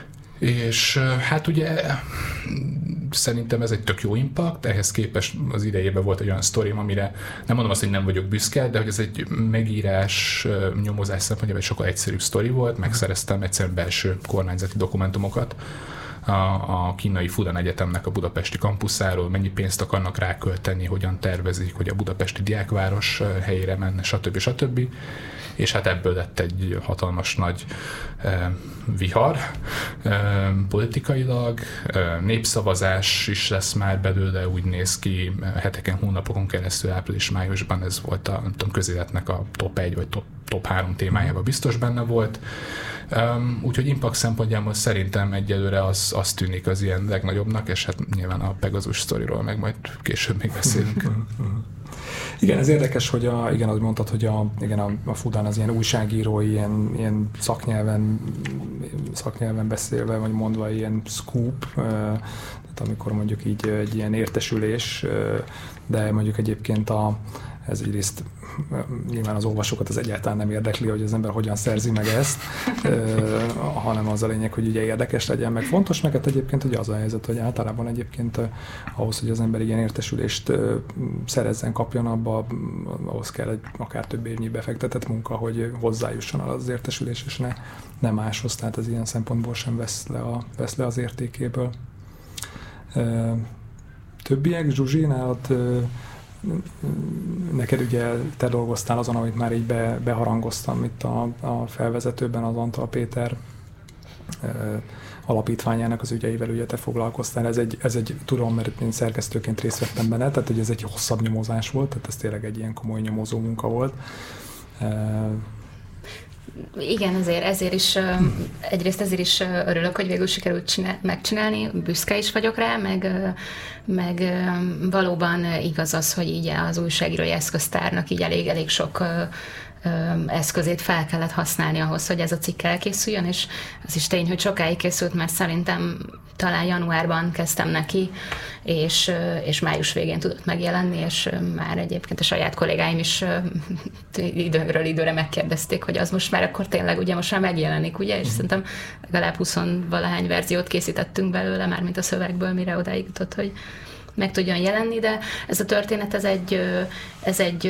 És hát ugye szerintem ez egy tök jó impact, ehhez képest az idejében volt egy olyan sztorim, amire nem mondom azt, hogy nem vagyok büszke, de hogy ez egy megírás, nyomozás szempontjából egy sokkal egyszerűbb sztori volt, megszereztem egyszerűen belső kormányzati dokumentumokat a, a kínai Fudan Egyetemnek a budapesti kampuszáról, mennyi pénzt akarnak rákölteni, hogyan tervezik, hogy a budapesti diákváros helyére menne, stb. stb. És hát ebből lett egy hatalmas nagy eh, vihar eh, politikailag, eh, népszavazás is lesz már belőle, úgy néz ki, heteken, hónapokon keresztül, április-májusban ez volt a nem tudom, közéletnek a top egy vagy top, top három témájában biztos benne volt. Um, úgyhogy impact szempontjából szerintem egyelőre az, az tűnik az ilyen legnagyobbnak, és hát nyilván a Pegasus sztoriról meg majd később még beszélünk. Igen, ez érdekes, hogy a, igen, ahogy mondtad, hogy a, igen, a, a Fudan az ilyen újságíró, ilyen, ilyen szaknyelven szaknyelven beszélve, vagy mondva ilyen scoop, tehát amikor mondjuk így egy ilyen értesülés, de mondjuk egyébként a, ez egyrészt nyilván az olvasókat az egyáltalán nem érdekli, hogy az ember hogyan szerzi meg ezt, hanem az a lényeg, hogy ugye érdekes legyen, meg fontos, meg hát egyébként ugye az a helyzet, hogy általában egyébként ahhoz, hogy az ember ilyen értesülést szerezzen, kapjon, abba, ahhoz kell egy akár több évnyi befektetett munka, hogy hozzájusson az értesülés, és ne, ne máshoz, tehát ez ilyen szempontból sem vesz le, a, vesz le az értékéből. Többiek, Zsuzsi, nálad neked ugye te dolgoztál azon, amit már így be, beharangoztam itt a, a felvezetőben, az Antal Péter e, alapítványának az ügyeivel ugye te foglalkoztál. Ez egy, ez egy tudom, mert én szerkesztőként részt vettem benne, tehát hogy ez egy hosszabb nyomozás volt, tehát ez tényleg egy ilyen komoly nyomozó munka volt. E, Igen, ezért, ezért is, egyrészt ezért is örülök, hogy végül sikerült csinál, megcsinálni, büszke is vagyok rá, meg, meg valóban igaz az, hogy így az újságírói eszköztárnak így elég, elég sok eszközét fel kellett használni ahhoz, hogy ez a cikk elkészüljön, és az is tény, hogy sokáig készült, mert szerintem talán januárban kezdtem neki, és, és május végén tudott megjelenni, és már egyébként a saját kollégáim is időről időre megkérdezték, hogy az most már akkor tényleg ugye most már megjelenik, ugye, és szerintem legalább húsz-valahány verziót készítettünk belőle, már mint a szövegből, mire odáig jutott, hogy meg tudjon jelenni, de ez a történet, ez egy, ez egy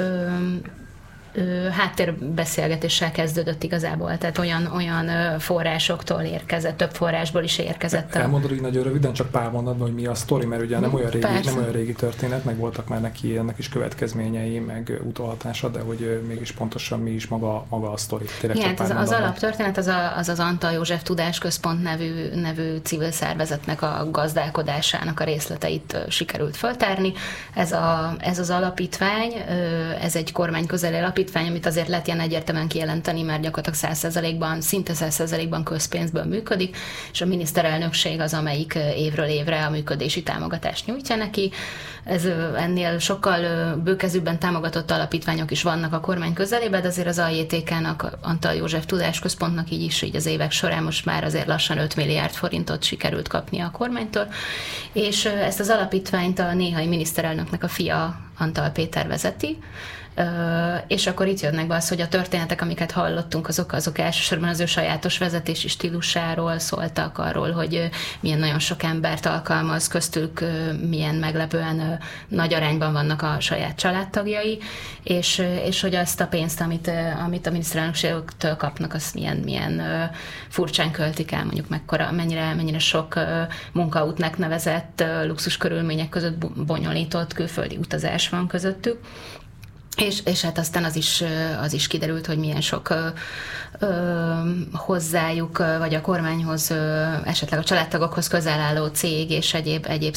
háttérbeszélgetéssel kezdődött igazából, tehát olyan, olyan forrásoktól érkezett, több forrásból is érkezett. Elmondod így nagyon röviden, csak pár mondatban, hogy mi a sztori, mert ugye nem olyan, régi, nem olyan régi történet, meg voltak már neki ennek is következményei, meg utalhatása, de hogy mégis pontosan mi is maga, maga a sztori. Igen, az, az alaptörténet az, a, az az Antal József Tudásközpont nevű, nevű civil szervezetnek a gazdálkodásának a részleteit sikerült föltárni. Ez, a, ez az alapítvány, ez egy kormányközeli alapítvány, amit azért lehet ilyen egyértelműen kijelenteni, mert gyakorlatilag száz százalékban, szinte száz százalékban közpénzből működik, és a miniszterelnökség az, amelyik évről évre a működési támogatást nyújtja neki. Ez ennél sokkal bőkezűbben támogatott alapítványok is vannak a kormány közelében, de azért az á jé té ká-nak, Antal József Tudásközpontnak így is így az évek során most már azért lassan öt milliárd forintot sikerült kapnia a kormánytól, és ezt az alapítványt a néhai miniszterelnöknek a fia, Antal Péter vezeti. Uh, és akkor itt jönnek be az, hogy a történetek, amiket hallottunk, azok, azok elsősorban az ő sajátos vezetési stílusáról szóltak, arról, hogy uh, milyen nagyon sok embert alkalmaz, köztük uh, milyen meglepően uh, nagy arányban vannak a saját családtagjai, és, uh, és hogy azt a pénzt, amit, uh, amit a miniszterelnökségtől kapnak, azt milyen, milyen uh, furcsán költik el, mondjuk mekkora, mennyire, mennyire sok uh, munkaútnak nevezett uh, luxus körülmények között bonyolított külföldi utazás van közöttük. És, és hát aztán az is, az is kiderült, hogy milyen sok ö, ö, hozzájuk, vagy a kormányhoz, ö, esetleg a családtagokhoz közel álló cég és egyéb, egyéb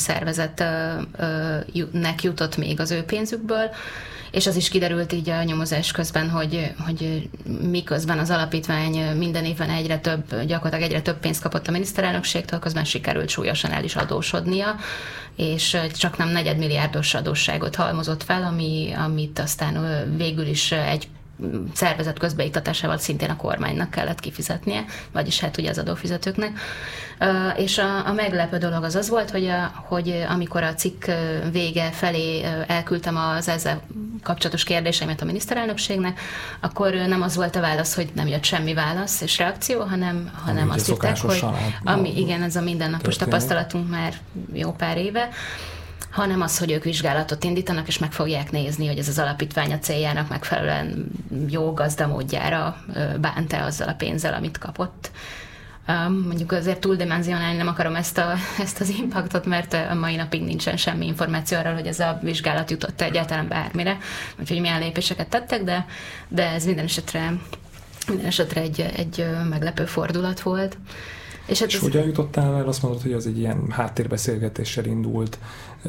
szervezetnek jutott még az ő pénzükből. És az is kiderült így a nyomozás közben, hogy, hogy miközben az alapítvány minden évben egyre több, gyakorlatilag egyre több pénzt kapott a miniszterelnökségtől, közben sikerült súlyosan el is adósodnia, és csak nem negyedmilliárdos adósságot halmozott fel, ami, amit aztán végül is egy szervezet közbeiktatásával szintén a kormánynak kellett kifizetnie, vagyis hát ugye az adófizetőknek. És a, a meglepő dolog az az volt, hogy, a, hogy amikor a cikk vége felé elküldtem az ezzel kapcsolatos kérdéseimet a miniszterelnökségnek, akkor nem az volt a válasz, hogy nem jött semmi válasz és reakció, hanem, hanem azt írták, hogy ami, igen, ez a mindennapos tapasztalatunk már jó pár éve, hanem az, hogy ők vizsgálatot indítanak, és meg fogják nézni, hogy ez az alapítvány a céljának megfelelően jó gazdamódjára bánt-e azzal a pénzzel, amit kapott. Mondjuk azért túldimenzionálni nem akarom ezt, a, ezt az impaktot, mert a mai napig nincsen semmi információ arról, hogy ez a vizsgálat jutott egyáltalán bármire, úgyhogy milyen lépéseket tettek, de, de ez minden esetre, minden esetre egy, egy meglepő fordulat volt. És, hát és ez... hogyan jutottál el? Azt mondod, hogy az egy ilyen háttérbeszélgetéssel indult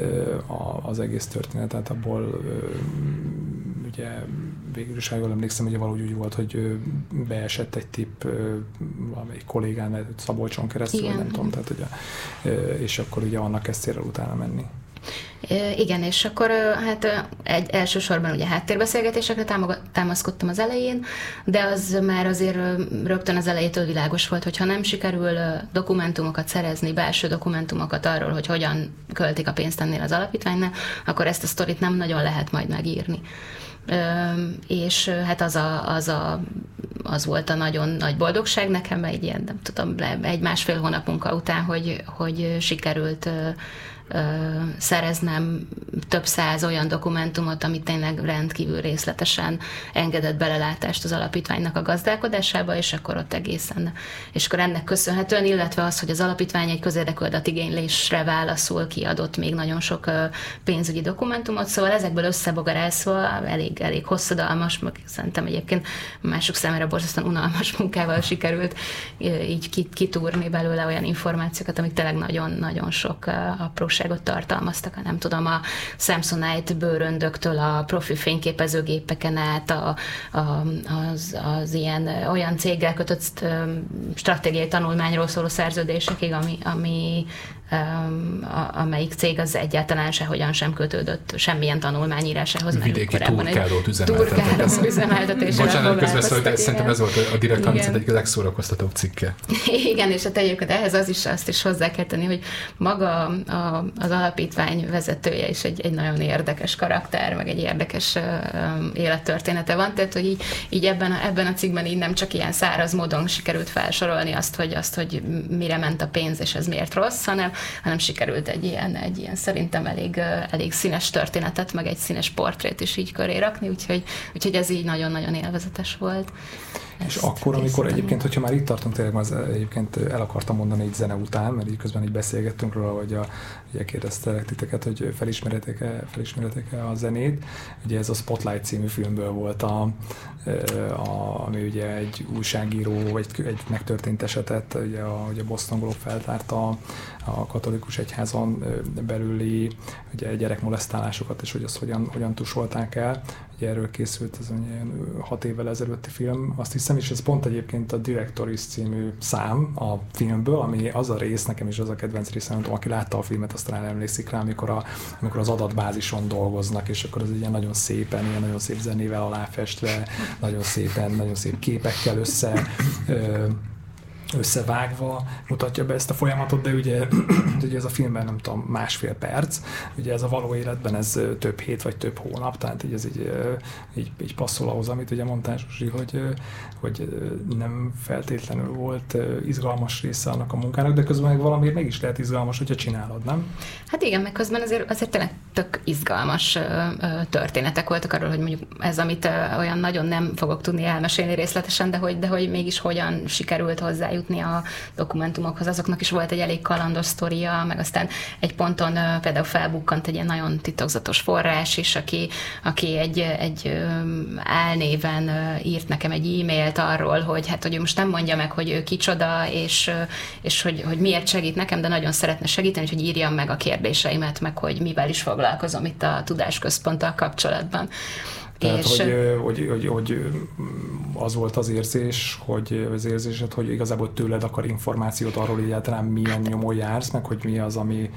az egész történet, tehát abból ugye végül is, ha jól emlékszem, hogy valahogy úgy volt, hogy beesett egy tipp valamelyik kollégán, Szabolcson keresztül, nem tudom, tehát ugye, és akkor ugye annak kezdtél el utána menni. Igen, és akkor hát egy elsősorban ugye háttérbeszélgetésekre támaszkodtam az elején, de az már azért rögtön az elejétől világos volt, hogy ha nem sikerül dokumentumokat szerezni, belső dokumentumokat arról, hogy hogyan költik a pénzt ennél az alapítványnál, akkor ezt a sztorit nem nagyon lehet majd megírni. És hát az, a, az, a, az volt a nagyon nagy boldogság nekem egy ilyen, nem tudom, egy másfél hónap munka után, hogy, hogy sikerült szereznem több száz olyan dokumentumot, amit tényleg rendkívül részletesen engedett belelátást az alapítványnak a gazdálkodásába, és akkor ott egészen. És akkor ennek köszönhetően, illetve az, hogy az alapítvány egy közérdekű adatigénylésre válaszul, kiadott még nagyon sok pénzügyi dokumentumot, szóval ezekből összebogarászva elég, elég hosszadalmas, meg szerintem egyébként mások számára borzasztóan unalmas munkával sikerült így kitúrni belőle olyan információkat, amik tényleg nagyon-nagyon sok apróság tartalmaztak, nem tudom, a Samsonite bőröndöktől a profi fényképezőgépeken át a, a, az, az ilyen olyan céggel kötött stratégiai tanulmányról szóló szerződésekig, ami, ami amelyik cég az egyáltalán sehogyan sem kötődött semmilyen tanulmányírásához. Vidéki turkálót üzemeltetett. üzemeltetésre Bocsánat, közbeszólt, de szerintem ez volt a Direkt harmincöt egyik legszórakoztatóbb cikke. Igen, és hát egyébként ehhez az is, azt is hozzá kell tenni, hogy maga a, az alapítvány vezetője is egy, egy nagyon érdekes karakter, meg egy érdekes uh, élettörténete van, tehát hogy így, így ebben, a, ebben a cikkben így nem csak ilyen száraz módon sikerült felsorolni azt, hogy, azt, hogy mire ment a pénz, és ez miért rossz, hanem hanem sikerült egy ilyen, egy ilyen szerintem elég, elég színes történetet, meg egy színes portrét is így köré rakni, úgyhogy, úgyhogy ez így nagyon-nagyon élvezetes volt. És ezt akkor, amikor egyébként, hogyha már itt tartunk, tényleg az egyébként el akartam mondani egy zene után, mert így közben így beszélgettünk róla, hogy a, ugye kérdeztelek titeket, hogy felismeritek-e, felismeritek-e a zenét. Ugye ez a Spotlight című filmből volt, a, a, ami ugye egy újságíró, egy, egy megtörtént esetet, ugye a, ugye a Boston Globe feltárta a, a katolikus egyházon belüli ugye gyerekmolesztálásokat, és hogy azt hogyan, hogyan tusolták el. Ugye erről készült ez olyan hat évvel ezelőtti film, azt hiszem, és ez pont egyébként a Directories című szám a filmből, ami az a rész, nekem is az a kedvenc része, nem tudom, aki látta a filmet, azt talán emlékszik rá, amikor, a, amikor az adatbázison dolgoznak, és akkor az ilyen nagyon szépen, ilyen nagyon szép zenével aláfestve, nagyon szépen, nagyon szép képekkel össze ö, összevágva mutatja be ezt a folyamatot, de ugye, ugye ez a filmben nem tudom, másfél perc, ugye ez a való életben ez több hét vagy több hónap, tehát így ez így, így, így passzol ahhoz, amit ugye mondtál, Zsuzsi, hogy, hogy nem feltétlenül volt izgalmas része annak a munkának, de közben meg valamiért mégis lehet izgalmas, hogyha csinálod, nem? Hát igen, meg közben azért, azért tényleg tök izgalmas történetek voltak arról, hogy mondjuk ez, amit olyan nagyon nem fogok tudni elmesélni részletesen, de hogy, de hogy mégis hogyan sikerült hozzájutni a dokumentumokhoz, azoknak is volt egy elég kalandos sztoria, meg aztán egy ponton uh, például felbukkant egy ilyen nagyon titokzatos forrás is, aki, aki egy, egy um, álnéven uh, írt nekem egy e-mailt arról, hogy hát, hogy ő most nem mondja meg, hogy ő kicsoda, és, uh, és hogy, hogy miért segít nekem, de nagyon szeretne segíteni, hogy írjam meg a kérdéseimet, meg hogy mivel is foglalkozom itt a Tudásközponttal kapcsolatban. Tehát, és hogy, hogy, hogy, hogy az volt az érzés, hogy az érzésed, hogy igazából tőled akar információt arról, hogy egyáltalán milyen nyomon jársz, meg hogy mi az, ami...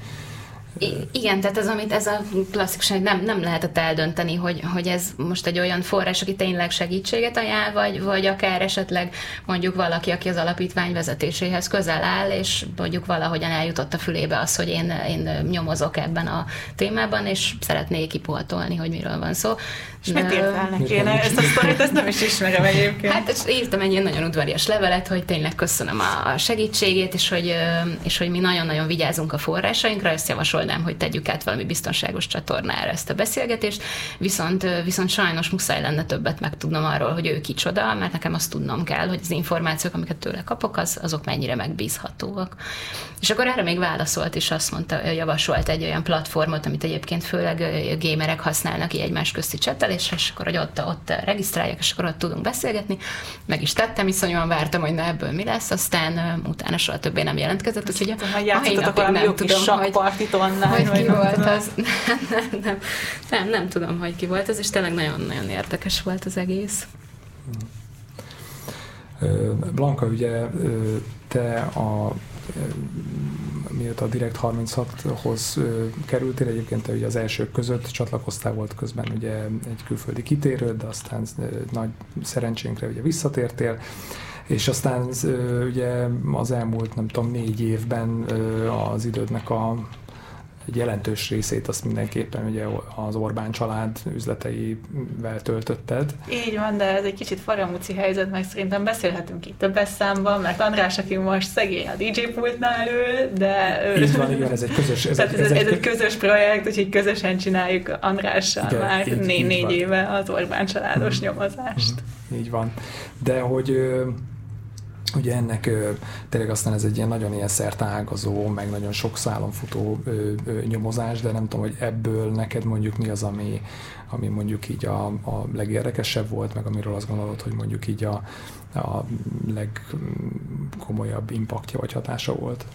I- igen, tehát ez, amit ez a klasszikus, hogy nem, nem lehetett eldönteni, hogy, hogy ez most egy olyan forrás, aki tényleg segítséget ajánl, vagy, vagy akár esetleg mondjuk valaki, aki az alapítvány vezetéséhez közel áll, és mondjuk valahogyan eljutott a fülébe az, hogy én, én nyomozok ebben a témában, és szeretnék kipoltolni, hogy miről van szó. És mit írtál neki? Én ezt a sztorit, ezt nem is ismerem egyébként. Hát írtam egy ilyen nagyon udvarias levelet, hogy tényleg köszönöm a segítségét, és hogy, és hogy mi nagyon-nagyon vigyázunk a forrásainkra, ezt javasolnám, hogy tegyük át valami biztonságos csatornára ezt a beszélgetést, viszont, viszont sajnos muszáj lenne többet megtudnom arról, hogy ő kicsoda, mert nekem azt tudnom kell, hogy az információk, amiket tőle kapok, az, azok mennyire megbízhatóak. És akkor erre még válaszolt, és azt mondta, javasolt egy olyan platformot, amit egyébként főleg gamerek használnak, így egymás közti csetelés, és akkor, hogy ott, ott regisztráljak, és akkor ott tudunk beszélgetni. Meg is tettem, iszonyúan vártam, hogy na ebből mi lesz, aztán utána soha többé nem jelentkezett, úgyhogy a mai napig nem tudom, hogy, hogy ki volt az. Nem, nem, nem, nem, nem tudom, hogy ki volt az, és tényleg nagyon-nagyon érdekes volt az egész. Blanka, ugye te a miatt a Direkt harminchathoz kerültél, egyébként te ugye az elsők között csatlakoztál, volt közben ugye egy külföldi kitérőd, de aztán nagy szerencsénkre ugye visszatértél, és aztán ugye az elmúlt, nem tudom, négy évben az idődnek a egy jelentős részét azt mindenképpen ugye az Orbán család üzleteivel töltötted. Így van, de ez egy kicsit faramúci helyzet, meg szerintem beszélhetünk itt többes számban, mert András, aki most szegény a dé dzsé pultnál ül, de... Így van, igen, ez egy közös... Ez, Tehát ez, ez, ez egy közös projekt, úgyhogy közösen csináljuk Andrással igen, már így, négy, így négy éve az Orbán családos mm. nyomozást. Mm. Így van. De hogy... Ugye ennek tényleg aztán ez egy ilyen nagyon ilyen szerteágazó, meg nagyon sok szálon futó ö, ö, nyomozás, de nem tudom, hogy ebből neked mondjuk mi az, ami, ami mondjuk így a, a legérdekesebb volt, meg amiről azt gondolod, hogy mondjuk így a, a legkomolyabb impaktja vagy hatása volt?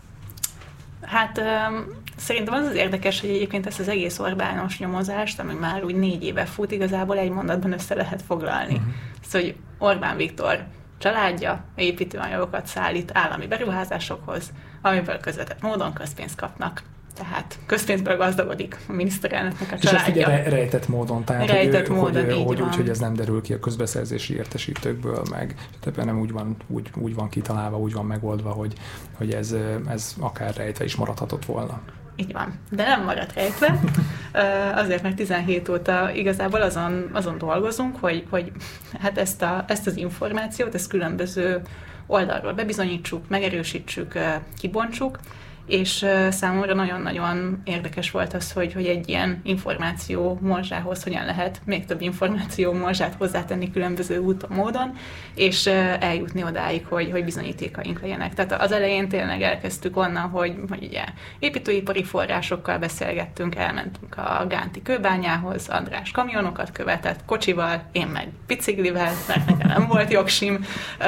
Hát um, szerintem az az érdekes, hogy egyébként ezt az egész Orbános nyomozást, ami már úgy négy éve fut, igazából egy mondatban össze lehet foglalni. Uh-huh. Szóval, hogy Orbán Viktor családja építőanyagokat szállít állami beruházásokhoz, amiből közvetett módon közpénzt kapnak. Tehát közpénzből gazdagodik a miniszterelnöknek a családja. És ezt ugye rejtett módon, tehát rejtett hogy, módon, hogy, így hogy, van. úgy, hogy ez nem derül ki a közbeszerzési értesítőkből, meg tehát nem úgy van, úgy, úgy van kitalálva, úgy van megoldva, hogy, hogy ez, ez akár rejtve is maradhatott volna. Így van, de nem maradt rejtve, azért, mert tizenhét óta igazából azon, azon dolgozunk, hogy, hogy hát ezt, a, ezt az információt, ezt különböző oldalról bebizonyítsuk, megerősítsük, kibontsuk, és számomra nagyon-nagyon érdekes volt az, hogy, hogy egy ilyen információ morzsához hogyan lehet még több információ morzsát hozzátenni különböző úton, módon, és eljutni odáig, hogy, hogy bizonyítékaink legyenek. Tehát az elején tényleg elkezdtük onnan, hogy, hogy ugye építőipari forrásokkal beszélgettünk, elmentünk a Gánti kőbányához, András kamionokat követett kocsival, én meg biciklivel, mert nekem nem volt jogsim,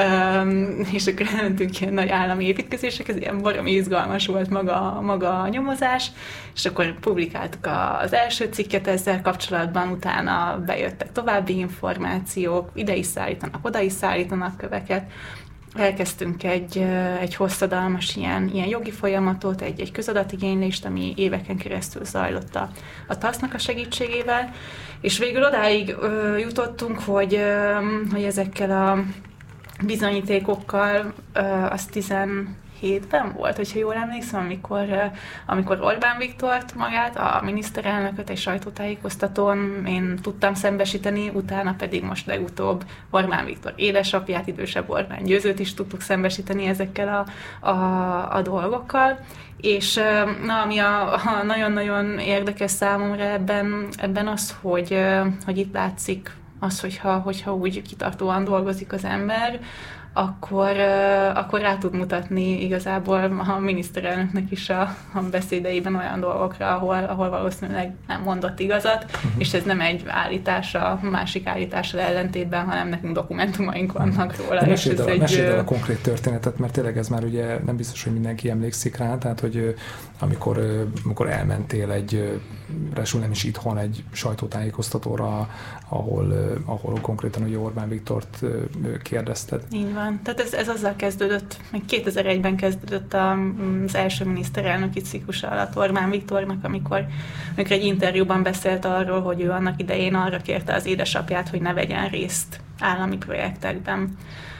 és akkor elmentünk ilyen nagy állami építkezésekhez, ilyen baromi izgalmas volt maga, maga a nyomozás, és akkor publikáltuk az első cikket ezzel kapcsolatban, utána bejöttek további információk, ide is szállítanak, oda is szállítanak köveket. Elkezdtünk egy, egy hosszadalmas ilyen, ilyen jogi folyamatot, egy, egy közadatigénylést, ami éveken keresztül zajlott a, a TASZ-nak a segítségével, és végül odáig ö, jutottunk, hogy, ö, hogy ezekkel a bizonyítékokkal ö, az tizenhétben volt, hogyha jól emlékszem, amikor, amikor Orbán Viktort magát, a miniszterelnököt egy sajtótájékoztatón én tudtam szembesíteni, utána pedig most legutóbb Orbán Viktor édesapját, idősebb Orbán Győzőt is tudtuk szembesíteni ezekkel a, a, a dolgokkal. És na, ami a, a nagyon-nagyon érdekes számomra ebben, ebben az, hogy, hogy itt látszik az, hogyha, hogyha úgy kitartóan dolgozik az ember, akkor, uh, akkor rá tud mutatni igazából a miniszterelnöknek is a, a beszédeiben olyan dolgokra, ahol, ahol valószínűleg nem mondott igazat, uh-huh. és ez nem egy állítás a másik állítással ellentétben, hanem nekünk dokumentumaink vannak róla. Meséld el, meséld el a konkrét történetet, mert tényleg ez már ugye nem biztos, hogy mindenki emlékszik rá, tehát hogy amikor, amikor elmentél egy, rásul nem is itthon, egy sajtótájékoztatóra, ahol, ahol konkrétan ugye Orbán Viktort kérdezted. Így van. Tehát ez, ez azzal kezdődött, még kétezer-egyben kezdődött az első miniszterelnöki ciklusa alatt Orbán Viktornak, amikor, amikor egy interjúban beszélt arról, hogy ő annak idején arra kérte az édesapját, hogy ne vegyen részt állami projektekben.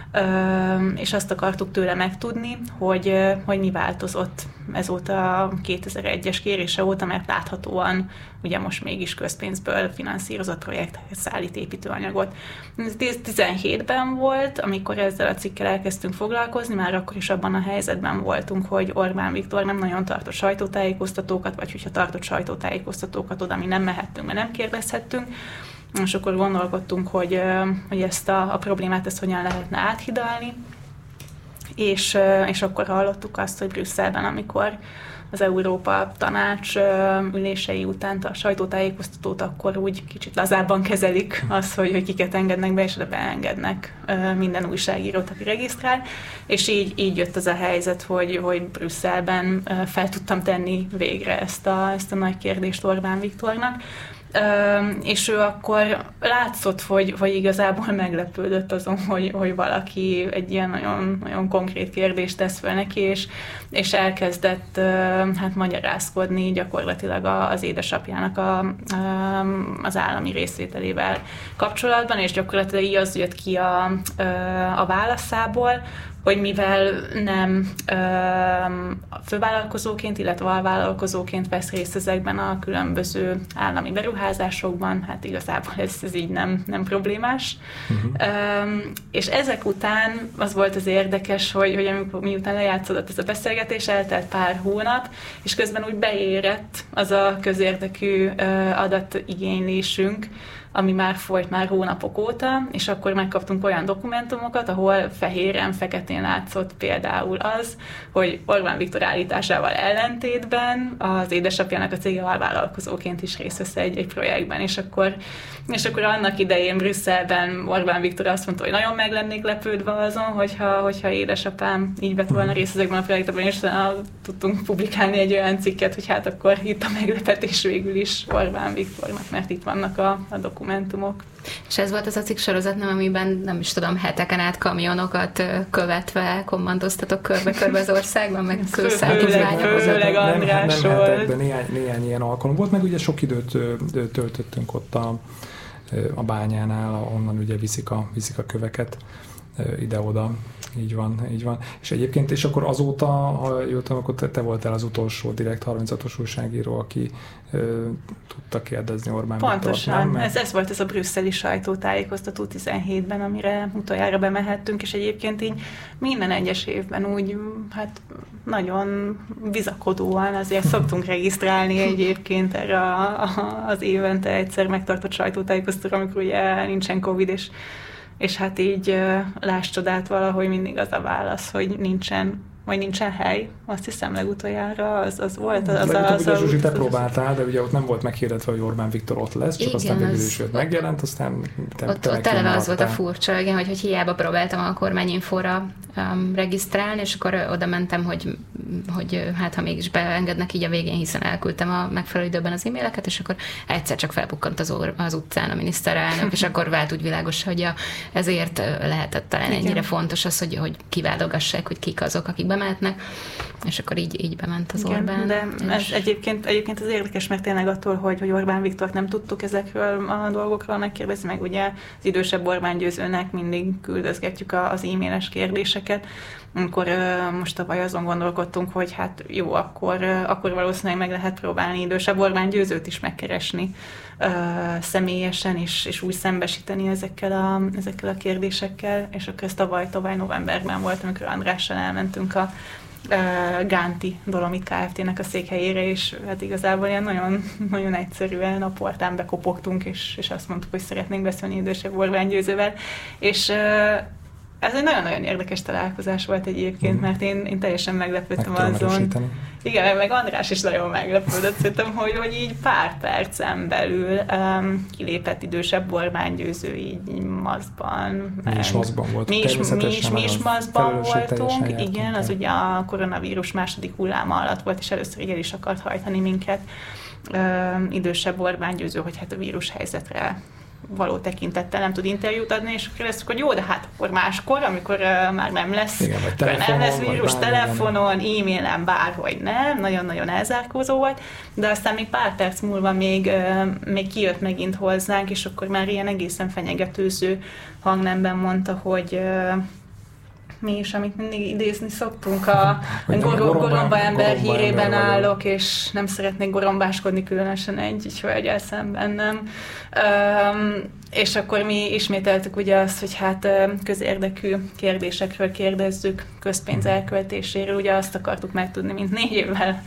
Ö, és azt akartuk tőle megtudni, hogy, hogy mi változott ezóta a kétezer-egyes kérése óta, mert láthatóan ugye most mégis közpénzből finanszírozott projekthez szállít építőanyagot. Ez tizenhétben volt, amikor ezzel a cikkel elkezdtünk foglalkozni, már akkor is abban a helyzetben voltunk, hogy Orbán Viktor nem nagyon tartott sajtótájékoztatókat, vagy hogyha tartott sajtótájékoztatókat, oda mi nem mehettünk, mert nem kérdezhettünk. És akkor gondolkodtunk, hogy, hogy ezt a, a problémát ezt hogyan lehetne áthidalni, és, és akkor hallottuk azt, hogy Brüsszelben, amikor az Európa Tanács ülései után a sajtótájékoztatót, akkor úgy kicsit lazábban kezelik azt, hogy, hogy kiket engednek be, és oda beengednek minden újságírót, aki regisztrál, és így, így jött az a helyzet, hogy, hogy Brüsszelben fel tudtam tenni végre ezt a, ezt a nagy kérdést Orbán Viktornak. és ő akkor látszott, hogy, hogy igazából meglepődött azon, hogy, hogy valaki egy ilyen nagyon, nagyon konkrét kérdést tesz fel neki, és, és elkezdett hát magyarázkodni gyakorlatilag az édesapjának a, az állami részvételével kapcsolatban, és gyakorlatilag így az jött ki a, a válaszából, hogy mivel nem ö, fővállalkozóként, illetve alvállalkozóként vesz részt ezekben a különböző állami beruházásokban, hát igazából ez, ez így nem, nem problémás. Uh-huh. Ö, és ezek után az volt az érdekes, hogy, hogy amikor miután lejátszódott ez a beszélgetés, eltelt pár hónap, és közben úgy beérett az a közérdekű ö, adatigénylésünk, ami már folyt már hónapok óta, és akkor megkaptunk olyan dokumentumokat, ahol fehéren, feketén látszott például az, hogy Orbán Viktor állításával ellentétben az édesapjának a cége alvállalkozóként is részt vesz egy, egy projektben, és akkor, és akkor annak idején Brüsszelben Orbán Viktor azt mondta, hogy nagyon meg lennék lepődve azon, hogyha, hogyha édesapám így vett volna részt ezekben a projektekben, és tudtunk publikálni egy olyan cikket, hogy hát akkor itt a meglepetés végül is Orbán Viktornak, mert itt vannak a, a dokumentumok. dokumentumok. És ez volt az a cikk sorozat, nem, amiben nem is tudom, heteken át kamionokat követve kommandoztatok körbe-körbe az országban, meg külszállítmányokat. Főleg András nem, nem hetekben, néhány, néhány ilyen alkalom volt, meg ugye sok időt töltöttünk ott a, a bányánál, onnan ugye viszik a, viszik a köveket ide-oda. Így van, így van. És egyébként, és akkor azóta, ha jól tudom, akkor te, te voltál az utolsó Direkt harminchatos újságíró, aki ö, tudta kérdezni Orbán Viktort. Pontosan. Ez, ez volt ez a brüsszeli sajtótájékoztató tizenhétben, amire utoljára bemehettünk, és egyébként így minden egyes évben úgy, hát nagyon bizakodóan azért szoktunk regisztrálni egyébként erre a, a, az évente egyszer megtartott sajtótájékoztatóra, amikor ugye nincsen Covid, és és hát így láss csodát, valahogy mindig az a válasz, hogy nincsen, vagy nincsen hely. Azt hiszem legutoljára az, az volt. Az, az, Legutóbb az, ugye az, Zsuzsi, te az, próbáltál, de ugye ott nem volt meghirdetve, hogy Orbán Viktor ott lesz, csak igen, aztán végül is őt megjelent, aztán te, ott, te ott eleve az volt a furcsa, igen, hogy, hogy hiába próbáltam a kormányinfóra um, regisztrálni, és akkor oda mentem, hogy, hogy hát ha mégis beengednek így a végén, hiszen elküldtem a megfelelő időben az e-maileket, és akkor egyszer csak felbukkant az, or, az utcán a miniszterelnök, és akkor vált úgy világos, hogy a, ezért lehetett talán igen. ennyire fontos az, hogy, hogy kiválogassák, hogy kik azok, akik bemehetnek, és akkor így, így bement az igen, Orbán. De ez egyébként, egyébként az érdekes, mert tényleg attól, hogy, hogy Orbán Viktort nem tudtuk ezekről a dolgokról megkérdezni, meg ugye az idősebb Orbán Győzőnek mindig küldözgetjük az e-mailes kérdéseket, amikor most tavaly azon gondolkodtunk, hogy hát jó, akkor, akkor valószínűleg meg lehet próbálni idősebb Orbán Győzőt is megkeresni személyesen, és, és úgy szembesíteni ezekkel a, ezekkel a kérdésekkel, és akkor ez tavaly, tavaly novemberben volt, amikor Andrással elmentünk a Gánti Dolomit Kft-nek a székhelyére, és hát igazából ilyen nagyon, nagyon egyszerűen a portán bekopogtunk, és, és azt mondtuk, hogy szeretnénk beszélni idősebb Orbán Győzővel, és ez egy nagyon-nagyon érdekes találkozás volt egyébként, mm. mert én, én teljesen meglepődtem meg azon. Igen, meg András is nagyon meglepődött, szerintem, hogy, hogy így pár percen belül um, kilépett idősebb Orbán Győző így maszkban. Mi is maszkban volt. Mi is, mi is, mi is maszkban voltunk, igen, az ugye a koronavírus második hulláma alatt volt, és először így el is akart hajtani minket um, idősebb Orbán Győző, hogy hát a vírus helyzetre való tekintettel nem tud interjút adni, és kérdeztük, hogy jó, de hát akkor máskor, amikor uh, már nem lesz, igen, telefonon, nem lesz vírus, telefonon, e-mailen, bárhogy nem, nagyon-nagyon elzárkózó volt, de aztán még pár perc múlva még, uh, még kijött megint hozzánk, és akkor már ilyen egészen fenyegetőző hangnemben mondta, hogy uh, mi is, amit mindig idézni szoktunk, a gor- goromba ember hírében állok, és nem szeretnék gorombáskodni, különösen egy, egy hölgyel szemben, nem. Um, és akkor mi ismételtük ugye azt, hogy hát közérdekű kérdésekről kérdezzük, közpénz elköltéséről, ugye azt akartuk megtudni, mint négy évvel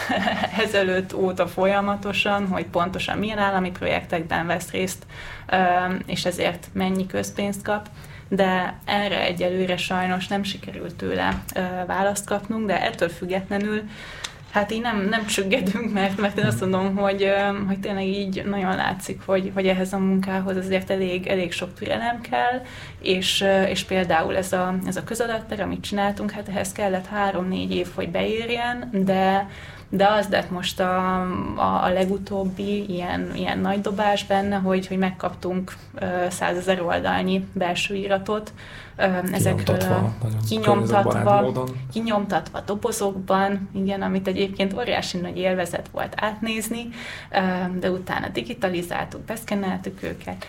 ezelőtt óta folyamatosan, hogy pontosan milyen állami projektekben vesz részt, um, és ezért mennyi közpénzt kap. De erre egyelőre sajnos nem sikerült tőle ö, választ kapnunk, de ettől függetlenül hát így nem, nem csüggedünk, mert, mert én azt mondom, hogy, ö, hogy tényleg így nagyon látszik, hogy, hogy ehhez a munkához azért elég, elég sok türelem kell, és, ö, és például ez a, ez a közadatter, amit csináltunk, hát ehhez kellett három-négy év, hogy beérjen, de de az lett most a, a, a legutóbbi ilyen, ilyen nagy dobás benne, hogy, hogy megkaptunk százezer oldalnyi belső iratot, ezekről kinyomtatva, kinyomtatva, kinyomtatva dobozokban, igen, amit egyébként óriási nagy élvezet volt átnézni, de utána digitalizáltuk, beszkenneltük őket,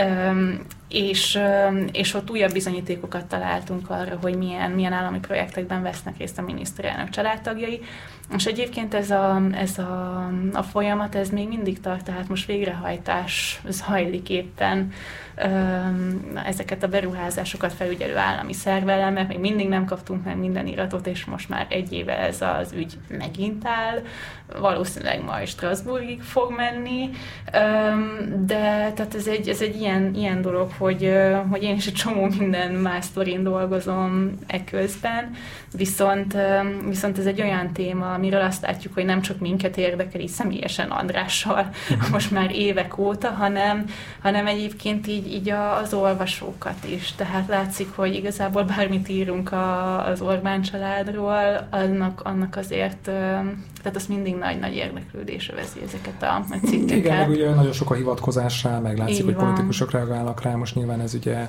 és, és ott újabb bizonyítékokat találtunk arra, hogy milyen, milyen állami projektekben vesznek részt a miniszterelnök családtagjai, és egyébként ez a, ez a, a folyamat, ez még mindig tart, tehát most végrehajtás zajlik éppen ezeket a beruházásokat felügyelő állami szervvel, mert még mindig nem kaptunk meg minden iratot, és most már egy éve ez az ügy megint áll, valószínűleg majd Strasbourgig fog menni, de tehát ez egy, ez egy ilyen, ilyen dolog, hogy, hogy én is egy csomó minden más sztorin dolgozom eközben, viszont, viszont ez egy olyan téma, amiről azt látjuk, hogy nem csak minket érdekel, így személyesen Andrással most már évek óta, hanem, hanem egyébként így, így az olvasókat is. Tehát látszik, hogy igazából bármit írunk a, az Orbán családról, annak, annak azért, tehát az mindig nagy-nagy érdeklődésre veszi ezeket a cikkeket. Igen, meg ugye nagyon sok a hivatkozás rá, meg látszik, így hogy van. Politikusok reagálnak rá, most nyilván ez ugye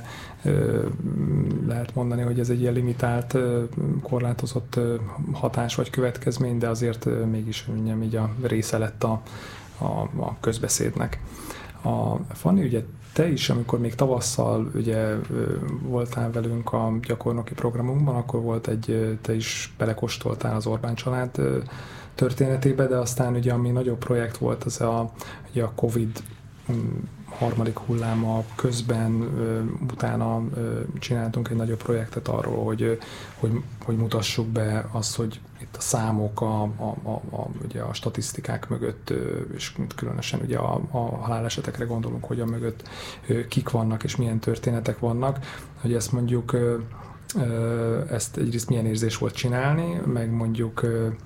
lehet mondani, hogy ez egy ilyen limitált, korlátozott hatás vagy következmény, de azért mégis mondjam, így a része lett a, a, a közbeszédnek. A Fanni, ugye te is, amikor még tavasszal ugye voltál velünk a gyakornoki programunkban, akkor volt egy, te is belekóstoltál az Orbán család történetébe, de aztán ugye ami nagyobb projekt volt, az a, ugye a Covid harmadik hulláma közben, utána csináltunk egy nagyobb projektet arról, hogy, hogy, hogy mutassuk be azt, hogy itt a számok, a, a, a, a, ugye a statisztikák mögött, és különösen ugye a, a halálesetekre gondolunk, hogy a mögött kik vannak, és milyen történetek vannak, hogy ezt mondjuk, ezt egyrészt milyen érzés volt csinálni, meg mondjuk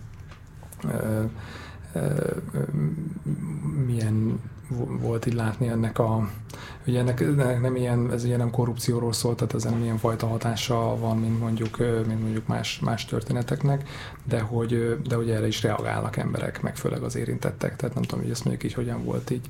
milyen volt így látni ennek a, ugye ennek, ennek nem ilyen, ez ugye nem korrupcióról szólt, tehát ezen milyen fajta hatása van, mint mondjuk, mint mondjuk más, más történeteknek, de hogy, de hogy erre is reagálnak emberek, meg főleg az érintettek, tehát nem tudom, hogy ezt mondjuk így hogyan volt így,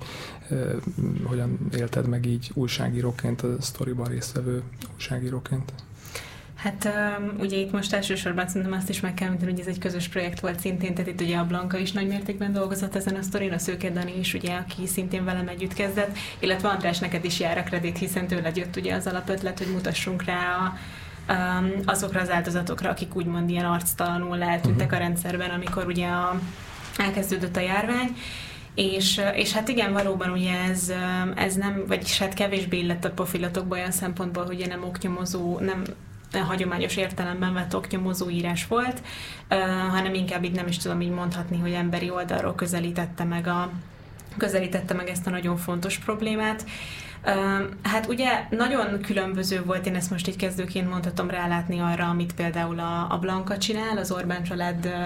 hogyan élted meg így újságíróként, a sztoriban résztvevő újságíróként? Hát ugye itt most elsősorban szerintem azt is meg kell mondani, hogy ez egy közös projekt volt szintén, tehát itt ugye a Blanka is nagy mértékben dolgozott ezen a sztorin, a Szőke Dani is, ugye, aki szintén velem együtt kezdett, illetve András, neked is jár a kredit, hiszen tőled jött ugye az alapötlet, hogy mutassunk rá a, um, azokra az áldozatokra, akik úgymond ilyen arctalanul eltűntek uh-huh. a rendszerben, amikor ugye a, elkezdődött a járvány. És, és hát igen, valóban ugye ez, ez nem, vagyis hát kevésbé illett a profilatokba olyan szempontból, hogy ugye nem oknyomozó, nem hagyományos értelemben vett oknyomozó írás volt, uh, hanem inkább így nem is tudom így mondhatni, hogy emberi oldalról közelítette meg, a, közelítette meg ezt a nagyon fontos problémát. Uh, hát ugye nagyon különböző volt, én ezt most így kezdőként mondhatom rálátni arra, amit például a, a Blanka csinál, az Orbán család uh,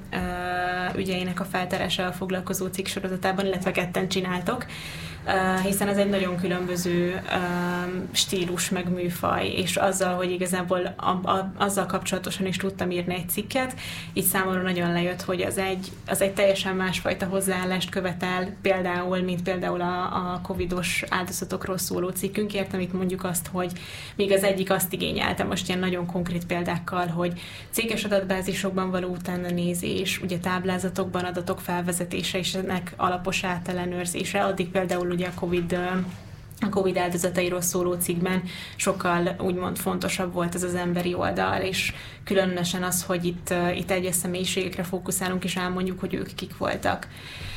uh, ügyeinek a feltárással foglalkozó cikk sorozatában, illetve ketten csináltok. Uh, hiszen ez egy nagyon különböző uh, stílus meg műfaj, és azzal, hogy igazából a, a, azzal kapcsolatosan is tudtam írni egy cikket, így számomra nagyon lejött, hogy az egy, az egy teljesen másfajta hozzáállást követel, például, mint például a, a covidos áldozatokról szóló cikkünk, értem itt mondjuk azt, hogy még az egyik azt igényelte, most ilyen nagyon konkrét példákkal, hogy céges adatbázisokban való utána nézés, ugye táblázatokban adatok felvezetése és ennek alapos átellenőrzése, addig például ugye a Covid, a Covid áldozatairól szóló cikkben sokkal úgymond fontosabb volt ez az emberi oldal, és különösen az, hogy itt, itt egyes személyiségekre fókuszálunk, és elmondjuk, hogy ők kik voltak.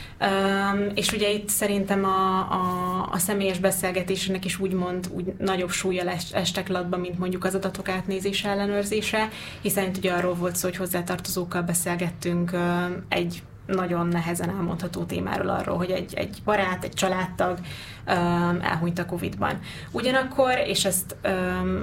Um, és ugye itt szerintem a, a, a személyes beszélgetésnek is úgymond úgy nagyobb súlya estek latba, mint mondjuk az adatok átnézése, ellenőrzése, hiszen itt ugye arról volt szó, hogy hozzátartozókkal beszélgettünk um, egy nagyon nehezen elmondható témáról, arról, hogy egy, egy barát, egy családtag um, elhunyt a Covidban. Ugyanakkor, és ezt um,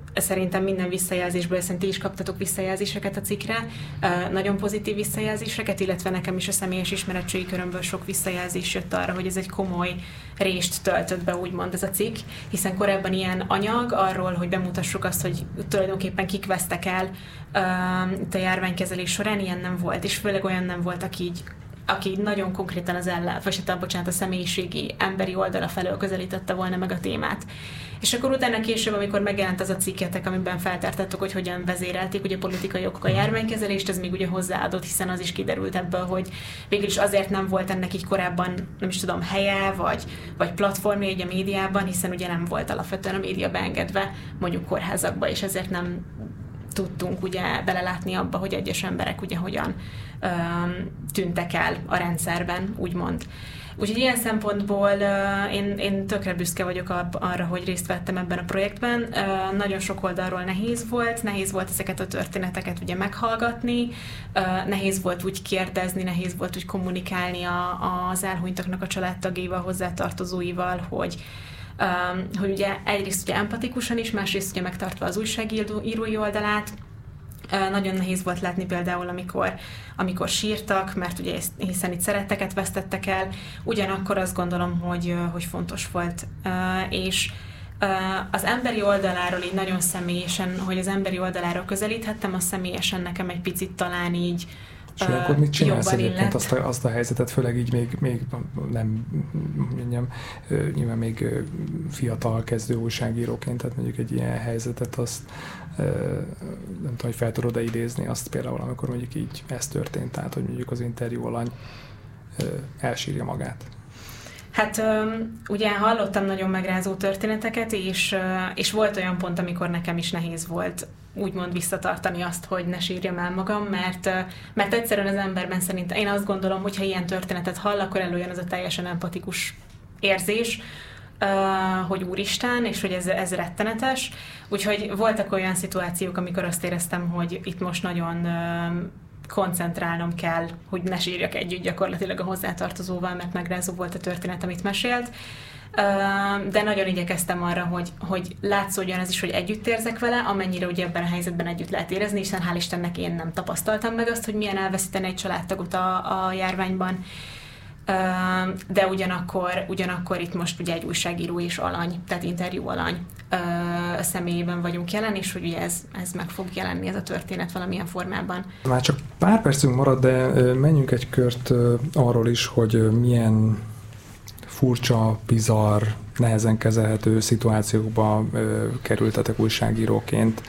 szerintem minden visszajelzésből, szerintem ti is kaptatok visszajelzéseket a cikkre, nagyon pozitív visszajelzéseket, illetve nekem is a személyes ismeretségi körömből sok visszajelzés jött arra, hogy ez egy komoly rést töltött be, úgymond ez a cikk, hiszen korábban ilyen anyag arról, hogy bemutassuk azt, hogy tulajdonképpen kik vesztek el itt a járványkezelés során, ilyen nem volt, és főleg olyan nem volt, aki így aki nagyon konkrétan az ellen, vagy hát, bocsánat, a személyiségi, emberi oldala felől közelítette volna meg a témát. És akkor utána később, amikor megjelent az a cikketek, amiben feltártattok, hogy hogyan vezérelték ugye politikai okok a járványkezelést, ez még ugye hozzáadott, hiszen az is kiderült ebből, hogy végül is azért nem volt ennek így korábban, nem is tudom, helye, vagy, vagy platformja így a médiában, hiszen ugye nem volt alapvetően a média beengedve mondjuk kórházakba, és ezért nem tudtunk ugye belelátni abba, hogy egyes emberek ugye hogyan öm, tűntek el a rendszerben, úgymond. Úgyhogy ilyen szempontból uh, én, én tökre büszke vagyok ab, arra, hogy részt vettem ebben a projektben. Uh, nagyon sok oldalról nehéz volt, nehéz volt ezeket a történeteket ugye meghallgatni, uh, nehéz volt úgy kérdezni, nehéz volt úgy kommunikálni a, az elhunytaknak a családtagjaival, hozzátartozóival, hogy Um, hogy ugye egyrészt ugye empatikusan is, másrészt ugye megtartva az újságírói oldalát. Uh, nagyon nehéz volt látni például, amikor, amikor sírtak, mert ugye hiszen itt szeretteket vesztettek el, ugyanakkor azt gondolom, hogy, hogy fontos volt. Uh, és uh, az emberi oldaláról így nagyon személyesen, hogy az emberi oldaláról közelíthettem, az személyesen nekem egy picit talán így és akkor mit csinálsz egyébként azt a, azt a helyzetet, főleg így még, még nem, mondjam, nyilván még fiatal kezdő újságíróként, tehát mondjuk egy ilyen helyzetet azt nem tudom, hogy fel tudod-e idézni azt például, amikor mondjuk így ez történt, tehát hogy mondjuk az interjú alany elsírja magát. Hát ugye hallottam nagyon megrázó történeteket, és, és volt olyan pont, amikor nekem is nehéz volt úgymond visszatartani azt, hogy ne sírjam el magam, mert, mert egyszerűen az emberben szerintem, én azt gondolom, hogy ha ilyen történetet hall, akkor előjön az a teljesen empatikus érzés, hogy úristen, és hogy ez, ez rettenetes. Úgyhogy voltak olyan szituációk, amikor azt éreztem, hogy itt most nagyon koncentrálnom kell, hogy ne sírjak együtt gyakorlatilag a hozzátartozóval, mert megrázó volt a történet, amit mesélt. De nagyon igyekeztem arra, hogy, hogy látszódjon ez is, hogy együtt érzek vele, amennyire ugye ebben a helyzetben együtt lehet érezni, hiszen hál' Istennek én nem tapasztaltam meg azt, hogy milyen elveszíteni egy családtagot a, a járványban. De ugyanakkor, ugyanakkor itt most ugye egy újságíró és alany, tehát interjú alany személyében vagyunk jelen, és hogy ugye ez, ez meg fog jelenni, ez a történet valamilyen formában. Már csak pár percünk marad, de menjünk egy kört arról is, hogy milyen furcsa, bizarr, nehezen kezelhető szituációkba kerültetek újságíróként.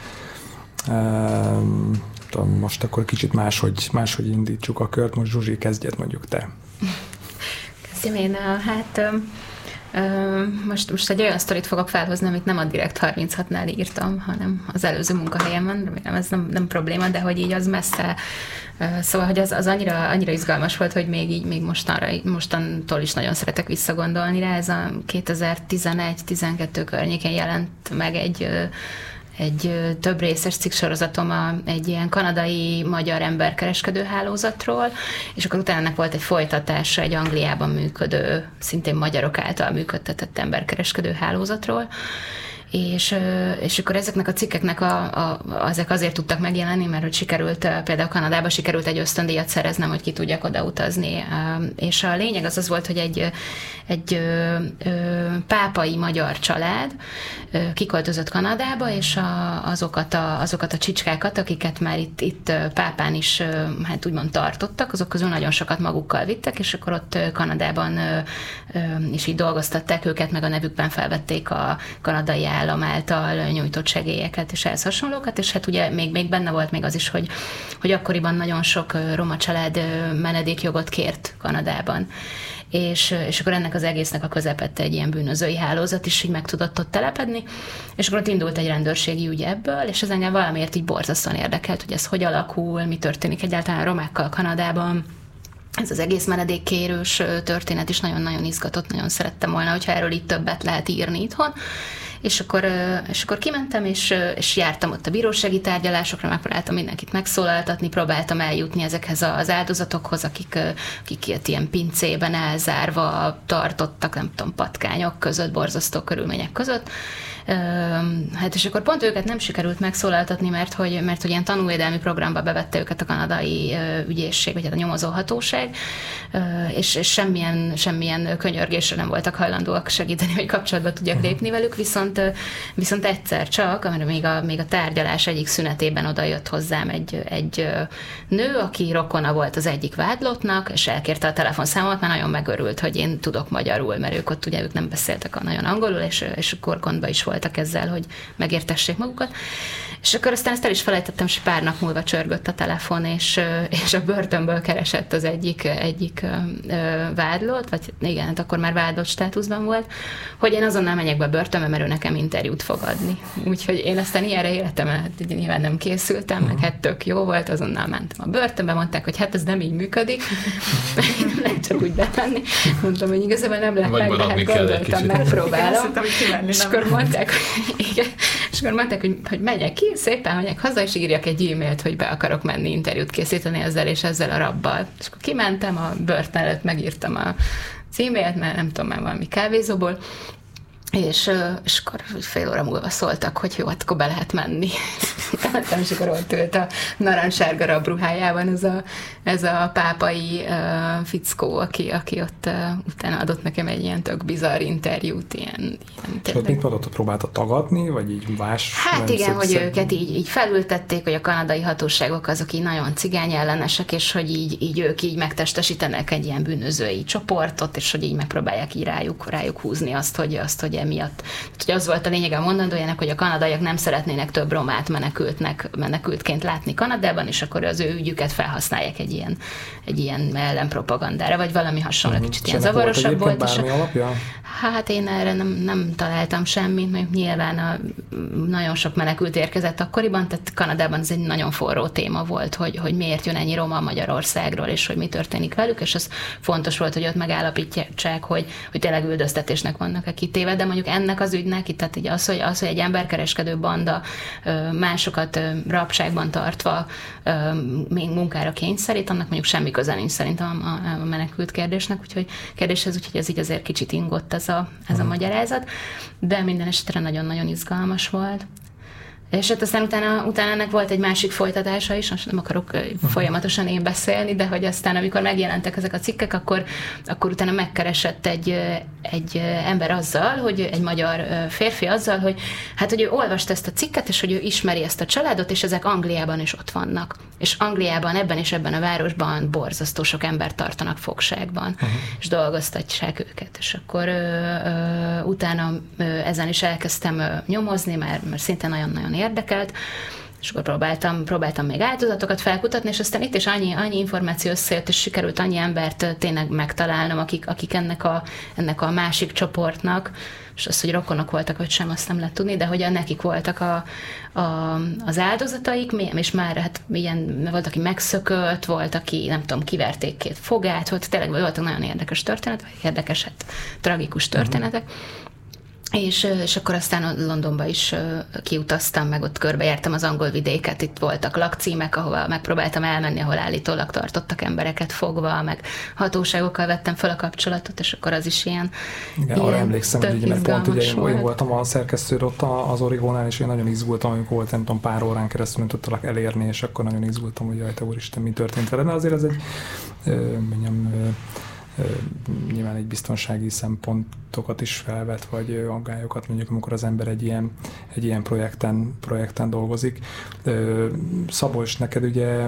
Most akkor kicsit máshogy, máshogy indítsuk a kört, most Zsuzsi, kezdjed mondjuk te. Kezdjem én, hát most, most egy olyan sztorit fogok felhozni, amit nem a Direkt harminchatnál írtam, hanem az előző munkahelyemen, remélem ez nem, nem probléma, de hogy így az messze, szóval, hogy az, az annyira, annyira izgalmas volt, hogy még így, még mostanra, mostantól is nagyon szeretek visszagondolni rá. Ez a kétezer-tizenegy-tizenkettő környékén jelent meg egy egy több részes cikksorozatom a, egy ilyen kanadai magyar emberkereskedő hálózatról, és akkor utána ennek volt egy folytatása egy Angliában működő, szintén magyarok által működtetett emberkereskedő hálózatról, és, és akkor ezeknek a cikkeknek a, a, ezek azért tudtak megjelenni, mert hogy sikerült, például Kanadába sikerült egy ösztöndíjat szereznem, hogy ki tudjak oda utazni. És a lényeg az az volt, hogy egy, egy pápai magyar család kiköltözött Kanadába, és a, azokat, a, azokat a csicskákat, akiket már itt, itt pápán is hát úgymond tartottak, azok közül nagyon sokat magukkal vittek, és akkor ott Kanadában is így dolgoztatták őket, meg a nevükben felvették a kanadai állam által nyújtott segélyeket és ehhez hasonlókat, és hát ugye még, még benne volt még az is, hogy, hogy akkoriban nagyon sok roma család menedékjogot kért Kanadában. És, és akkor ennek az egésznek a közepette egy ilyen bűnözői hálózat is így meg tudott ott telepedni, és akkor ott indult egy rendőrségi ügy ebből, és ez engem valamiért így borzasztóan érdekelt, hogy ez hogy alakul, mi történik egyáltalán a romákkal Kanadában. Ez az egész menedékkérős történet is nagyon-nagyon izgatott, nagyon szerettem volna, hogyha erről így többet lehet írni itthon. És akkor, és akkor kimentem, és, és jártam ott a bírósági tárgyalásokra, megpróbáltam mindenkit megszólaltatni, próbáltam eljutni ezekhez az áldozatokhoz, akik, akik ilyen pincében elzárva tartottak, nem tudom, patkányok között, borzasztó körülmények között. Hát és akkor pont őket nem sikerült megszólaltatni, mert hogy, mert hogy ilyen tanúvédelmi programba bevette őket a kanadai ügyészség, vagy hát a nyomozóhatóság, és, és semmilyen, semmilyen könyörgésre nem voltak hajlandóak segíteni, hogy kapcsolatba tudjak lépni velük, viszont, viszont egyszer csak, mert még a, még a tárgyalás egyik szünetében oda jött hozzám egy, egy nő, aki rokona volt az egyik vádlottnak, és elkérte a telefonszámomat, mert nagyon megörült, hogy én tudok magyarul, mert ők ott ugye ők nem beszéltek nagyon angolul, és, és akkor gondba is voltak ezzel, hogy megértessék magukat. És akkor aztán ezt el is felejtettem, és pár nap múlva csörgött a telefon, és, és a börtönből keresett az egyik, egyik vádlott, vagy igen, hát akkor már vádlott státuszban volt, hogy én azonnal menjek be a börtönbe, mert ő nekem interjút fog adni. Úgyhogy én aztán ilyenre életemre hát nyilván nem készültem, meg hát tök jó volt, azonnal mentem a börtönbe, mondták, hogy hát ez nem így működik, nem lehet csak úgy betenni. Mondtam, hogy igazából nem lehet meg, de hát gondoltam, megpróbálom. És akkor mondták, hogy igen, és akkor mondták, hogy, hogy megyek ki, szépen megyek haza, és írjak egy e-mailt, hogy be akarok menni interjút készíteni ezzel és ezzel a rabbal. És akkor kimentem, a börtön előtt megírtam a az e-mailt, mert nem tudom, már valami kávézóból, és, és akkor fél óra múlva szóltak, hogy jó, hát akkor be lehet menni. Mentem, és akkor ott ült a narancssárga rabruhájában ez a, ez a pápai uh, fickó, aki, aki ott uh, utána adott nekem egy ilyen tök bizarr interjút. Ilyen, ilyen és ott mit mondott, hogy próbálta tagadni, vagy így más? Hát igen, hogy szép... őket így, így felültették, hogy a kanadai hatóságok azok így nagyon cigány ellenesek, és hogy így, így ők így megtestesítenek egy ilyen bűnözői csoportot, és hogy így megpróbálják így rájuk, rájuk húzni azt, hogy, azt, hogy emiatt. Tehát, az volt a lényege a mondandójának, hogy a kanadaiak nem szeretnének több romát menekültnek, menekültként látni Kanadában, és akkor az ő ügyüket felhasználják egy ilyen, egy ilyen ellenpropagandára, vagy valami hasonló, mm, kicsit ilyen zavarosabb volt. Bármi és alapja? Hát én erre nem, nem találtam semmit, mert nyilván a, nagyon sok menekült érkezett akkoriban, tehát Kanadában ez egy nagyon forró téma volt, hogy, hogy miért jön ennyi roma Magyarországról, és hogy mi történik velük, és az fontos volt, hogy ott megállapítsák, hogy, hogy tényleg üldöztetésnek vannak-e kitéve, de mondjuk ennek az ügynek, itt, tehát így az, hogy, az, hogy egy emberkereskedő banda másokat rabságban tartva még munkára kényszerít, annak mondjuk semmi köze nincs szerintem a, a menekült kérdésnek, úgyhogy kérdéshez, úgyhogy ez így azért kicsit ingott ez a, ez a magyarázat, de minden esetre nagyon-nagyon izgalmas volt. És hát aztán utána, utána ennek volt egy másik folytatása is, most nem akarok folyamatosan én beszélni, de hogy aztán amikor megjelentek ezek a cikkek, akkor, akkor utána megkeresett egy, egy ember azzal, hogy egy magyar férfi azzal, hogy hát, hogy ő olvasta ezt a cikket, és hogy ő ismeri ezt a családot, és ezek Angliában is ott vannak. És Angliában, ebben és ebben a városban borzasztó sok embert tartanak fogságban, uh-huh. és dolgoztatják őket. És akkor ö, ö, utána ö, ezen is elkezdtem ö, nyomozni, mert, mert szintén nagyon-nagyon érdekelt, és akkor próbáltam, próbáltam még áldozatokat felkutatni, és aztán itt is annyi, annyi információ összejött, és sikerült annyi embert tényleg megtalálnom, akik, akik ennek, a, ennek a másik csoportnak, és az, hogy rokonok voltak, vagy sem, azt nem lehet tudni, de hogy nekik voltak a, a, az áldozataik, és már hát ilyen, volt, aki megszökött, volt, aki nem tudom, kiverték két fogát, volt, tényleg voltak nagyon érdekes történetek, érdekes, hát tragikus történetek. Uh-huh. És, és akkor aztán Londonba is kiutaztam, meg ott körbejártam az angol vidéket, itt voltak lakcímek, ahova megpróbáltam elmenni, ahol állítólag tartottak embereket fogva, meg hatóságokkal vettem fel a kapcsolatot, és akkor az is ilyen igen, ilyen arra emlékszem, hogy ugye, mert pont ugye én, én voltam a szerkesztő ott az Origónál, és én nagyon izgultam, amikor volt, nem tudom, pár órán keresztül nem tudtalak elérni, és akkor nagyon izgultam, hogy jaj, te úristen, mi történt vele, de azért ez egy mondjam, nyilván egy biztonsági szempontokat is felvet, vagy aggályokat, mondjuk amikor az ember egy ilyen, egy ilyen projekten, projekten dolgozik. Szabolcs, neked ugye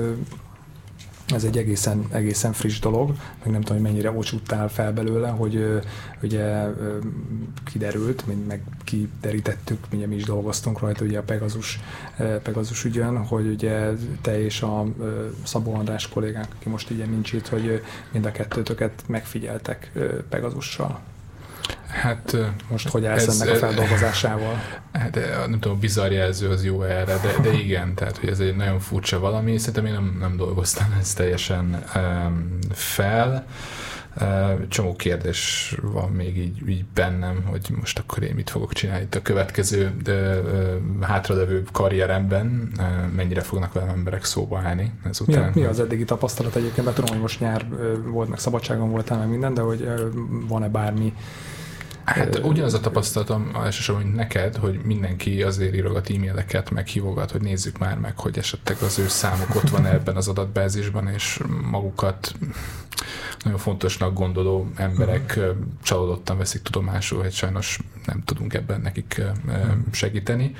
ez egy egészen, egészen friss dolog, meg nem tudom, hogy mennyire ocsúttál fel belőle, hogy ugye kiderült, meg kiderítettük, ugye mi is dolgoztunk rajta, ugye a Pegasus, Pegasus ügyön, hogy ugye te és a Szabó András kollégánk, aki most ugye nincs itt, hogy mind a kettőtöket megfigyeltek Pegasussal. Hát most hogy állsz ez, ennek a feldolgozásával? Hát nem tudom, bizarr jelző az jó erre, de, de igen, tehát hogy ez egy nagyon furcsa valami, szerintem én nem, nem dolgoztam ezt teljesen um, fel. Uh, csomó kérdés van még így, így bennem, hogy most akkor én mit fogok csinálni itt a következő de, uh, hátradevő karrieremben, uh, mennyire fognak velem emberek szóba állni ezután. Mi, mi az eddigi tapasztalat egyébként? Mert tudom, hogy most nyár uh, volt, meg szabadságon voltál, meg minden, de hogy uh, van-e bármi Hát ugyanaz a tapasztalatom elsősorban, mint neked, hogy mindenki azért írogat e-maileket, meg hívogat, hogy nézzük már meg, hogy esetleg az ő számuk ott van ebben az adatbázisban, és magukat nagyon fontosnak gondoló emberek uh-huh. csalódottan veszik tudomásul, hogy sajnos nem tudunk ebben nekik uh-huh. segíteni.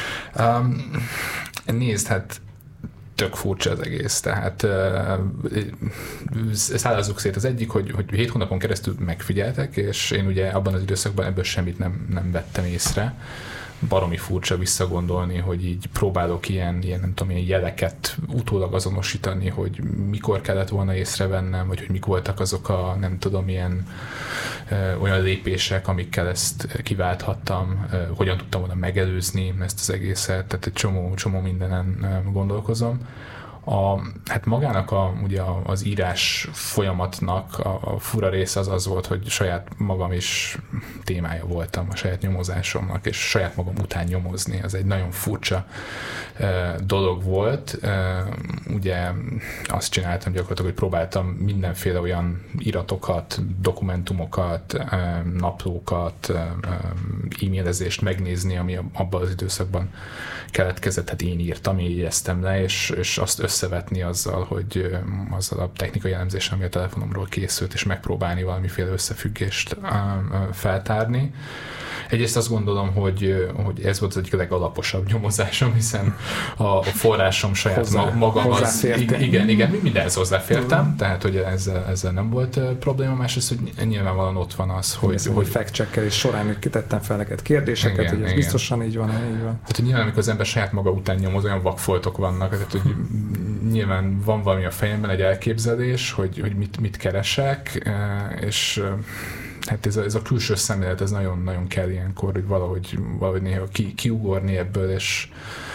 Um, nézd, hát tök furcsa az egész, tehát uh, szállazzuk szét. Az egyik, hogy, hogy hét hónapon keresztül megfigyeltek, és én ugye abban az időszakban ebből semmit nem, nem vettem észre. Baromi furcsa visszagondolni, hogy így próbálok ilyen, ilyen, nem tudom, ilyen jeleket utólag azonosítani, hogy mikor kellett volna észrevennem, vagy hogy mik voltak azok a, nem tudom, ilyen ö, olyan lépések, amikkel ezt kiválthattam, ö, hogyan tudtam volna megelőzni ezt az egészet, tehát egy csomó, csomó mindenen ö, gondolkozom. A, hát magának a, ugye az írás folyamatnak a, a fura része az az volt, hogy saját magam is témája voltam a saját nyomozásomnak, és saját magam után nyomozni. Ez egy nagyon furcsa e, dolog volt. E, ugye azt csináltam gyakorlatilag, hogy próbáltam mindenféle olyan iratokat, dokumentumokat, e, naplókat, e, e-mailezést megnézni, ami abban az időszakban keletkezett, hát én írtam, így jegyeztem le, és, és azt összevetni azzal, hogy azzal a technikai elemzéssel, ami a telefonomról készült, és megpróbálni valamiféle összefüggést feltárni. Egyrészt azt gondolom, hogy, hogy ez volt az egyik legalaposabb nyomozásom, hiszen a forrásom saját Hozzá, magam az... Igen, igen, mindenhez hozzáfértem, tehát hogy ezzel, ezzel nem volt probléma. Másrészt, hogy nyilvánvalóan ott van az, hogy... Hogy, hogy fact-checkelés során kitettem fel neked kérdéseket, igen, hogy ez igen. biztosan így van, így van. Tehát, hogy nyilván, amikor az ember saját maga után nyomoz, olyan vakfoltok vannak, tehát, hogy nyilván van valami a fejemben, egy elképzelés, hogy, hogy mit, mit keresek, és hát ez a, ez a külső szemlélet, ez nagyon-nagyon kell ilyenkor, hogy valahogy, valahogy néha ki, kiugorni ebből, és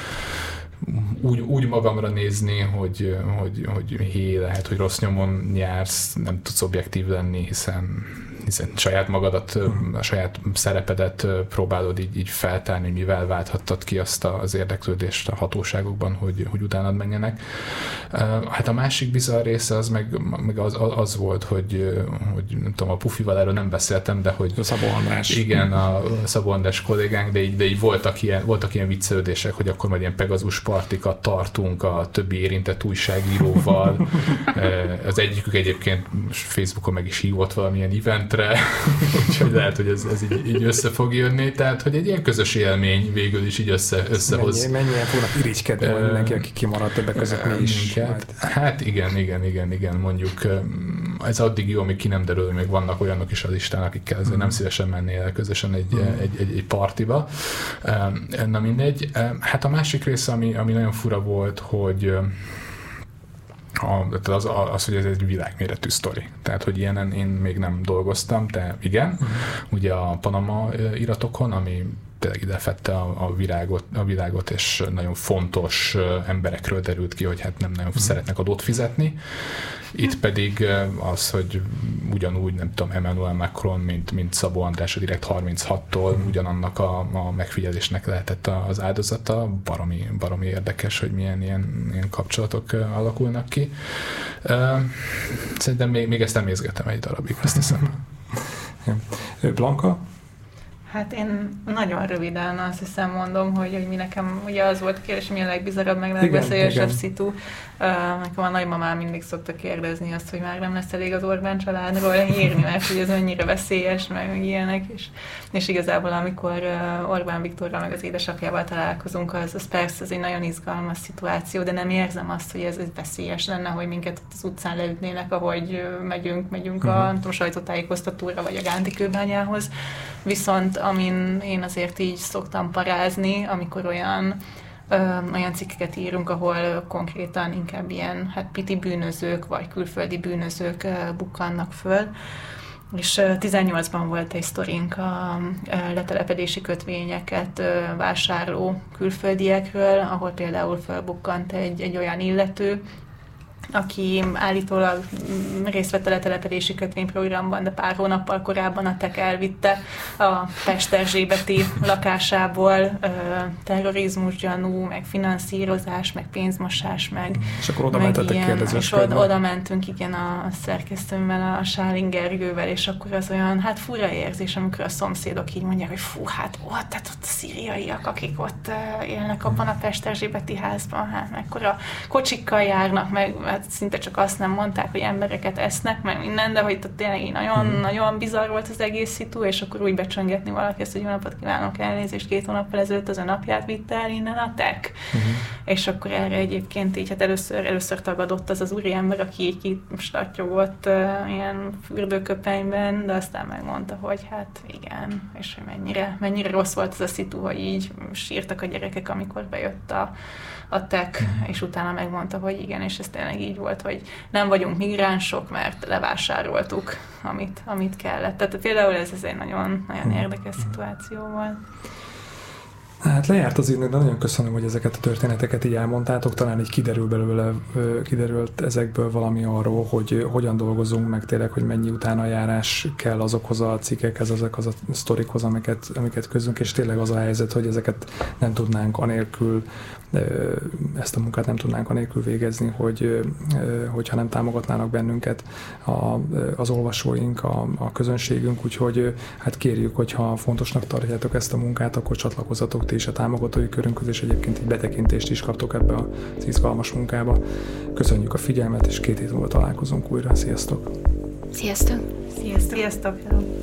úgy, úgy magamra nézni, hogy, hogy, hogy hé, lehet, hogy rossz nyomon jársz, nem tudsz objektív lenni, hiszen, hiszen saját magadat, a saját szerepedet próbálod így, így feltárni, hogy mivel válthattad ki azt az érdeklődést a hatóságokban, hogy, hogy utánad menjenek. Hát a másik bizarr része az meg, meg az, az volt, hogy, hogy nem tudom, a Pufival erről nem beszéltem, de hogy... A Szabó András. Igen, a Szabó András kollégánk, de így, de így voltak, ilyen, voltak ilyen viccelődések, hogy akkor majd ilyen Pegazus partikat tartunk a többi érintett újságíróval. Az egyikük egyébként Facebookon meg is hívott valamilyen eventre, úgyhogy lehet, hogy ez, ez így, így össze fog jönni. Tehát, hogy egy ilyen közös élmény végül is így össze, összehoz. Mennyi, mennyien fognak irigykedni, uh, mindenki, aki kimaradt többek között mi is. Hát igen, igen, igen, igen, mondjuk ez addig jó, amíg ki nem derül, hogy még vannak olyanok is a listán, akikkel azért nem szívesen mennél el közösen egy, mm. egy, egy, egy partiba. Na mindegy. Hát a másik része, ami, ami nagyon fura volt, hogy a, az, az, hogy ez egy világméretű sztori. Tehát, hogy ilyenen én még nem dolgoztam, de igen. Mm. Ugye a Panama iratokon, ami tényleg idefette a, a, világot, a világot, és nagyon fontos emberekről derült ki, hogy hát nem nagyon mm. szeretnek adót fizetni. Itt pedig az, hogy ugyanúgy, nem tudom, Emmanuel Macron, mint, mint Szabó András a Direkt harminchattól ugyanannak a, a megfigyelésnek lehetett az áldozata. Baromi, baromi érdekes, hogy milyen ilyen, ilyen kapcsolatok alakulnak ki. Szerintem még, még ezt nem észgetem egy darabig, azt hiszem. Blanka? Hát én nagyon röviden azt hiszem mondom, hogy, hogy mi nekem, ugye az volt a kérdés, mi a legbizarabb, meg legbeszélyesebb szitu. Uh, nekem a nagymamám mindig szokta kérdezni azt, hogy már nem lesz elég az Orbán családról írni, mert hogy ez mennyire veszélyes, meg ilyenek, és, és igazából amikor uh, Orbán Viktorral meg az édesapjával találkozunk, az, az persze az egy nagyon izgalmas szituáció, de nem érzem azt, hogy ez, ez veszélyes lenne, hogy minket az utcán leütnének, ahogy megyünk, megyünk uh-huh. a nem tudom, sajtótájékoztatóra vagy a Gánti kőbányához. Viszont amin én azért így szoktam parázni, amikor olyan, ö, olyan cikkeket írunk, ahol konkrétan inkább ilyen hát piti bűnözők vagy külföldi bűnözők ö, bukkannak föl. És tizennyolcban volt egy sztorink a letelepedési kötvényeket ö, vásárló külföldiekről, ahol például felbukkant egy, egy olyan illető, aki állítólag részt vett a letelepedési kötvényprogramban, de pár hónappal korábban a tek elvitte a Pesterzsébeti lakásából terrorizmus gyanú, meg finanszírozás, meg pénzmosás, meg és akkor oda mentetek kérdezősködni. És oda, oda mentünk, igen, a szerkesztőmmel, a Sáling Gergővel, és akkor az olyan, hát fura érzés, amikor a szomszédok így mondják, hogy fú, hát ott, tehát ott a szíriaiak, akik ott élnek abban a Pesterzsébeti házban, hát mekkora kocsikkal járnak, meg hát szinte csak azt nem mondták, hogy embereket esznek, meg minden, de hogy tényleg így nagyon, mm. nagyon bizarr volt az egész szitu, és akkor úgy becsöngetni valaki ezt, hogy jó napot kívánok, elnézést, két hónappal ezelőtt az a napját vitte el innen a tek. Mm-hmm. És akkor erre egyébként így, hát először, először tagadott az az úriember, aki így kitstattyogott uh, ilyen fürdőköpenyben, de aztán megmondta, hogy hát igen, és hogy mennyire, mennyire rossz volt az a szitu, hogy így sírtak a gyerekek, amikor bejött a, a tek, mm. és utána megmondta, hogy igen, és ez tényleg így volt, hogy nem vagyunk migránsok, mert levásároltuk, amit, amit kellett. Tehát például ez, ez egy nagyon, nagyon érdekes szituáció volt. Hát lejárt az idő, de nagyon köszönöm, hogy ezeket a történeteket így elmondtátok. Talán így kiderül belőle, kiderült ezekből valami arról, hogy hogyan dolgozunk, meg tényleg, hogy mennyi utánajárás kell azokhoz a cikkekhez, azokhoz a sztorikhoz, amiket, amiket közünk, és tényleg az a helyzet, hogy ezeket nem tudnánk anélkül, ezt a munkát nem tudnánk anélkül végezni, hogy, hogyha nem támogatnának bennünket a, az olvasóink, a, a közönségünk, úgyhogy hát kérjük, hogyha fontosnak tartjátok ezt a munkát, akkor csatlakozzatok ti is a támogatói körünkhöz, és egyébként egy betekintést is kaptok ebbe az izgalmas munkába. Köszönjük a figyelmet, és két hét múlva találkozunk újra. Sziasztok! Sziasztok! Sziasztok! Sziasztok!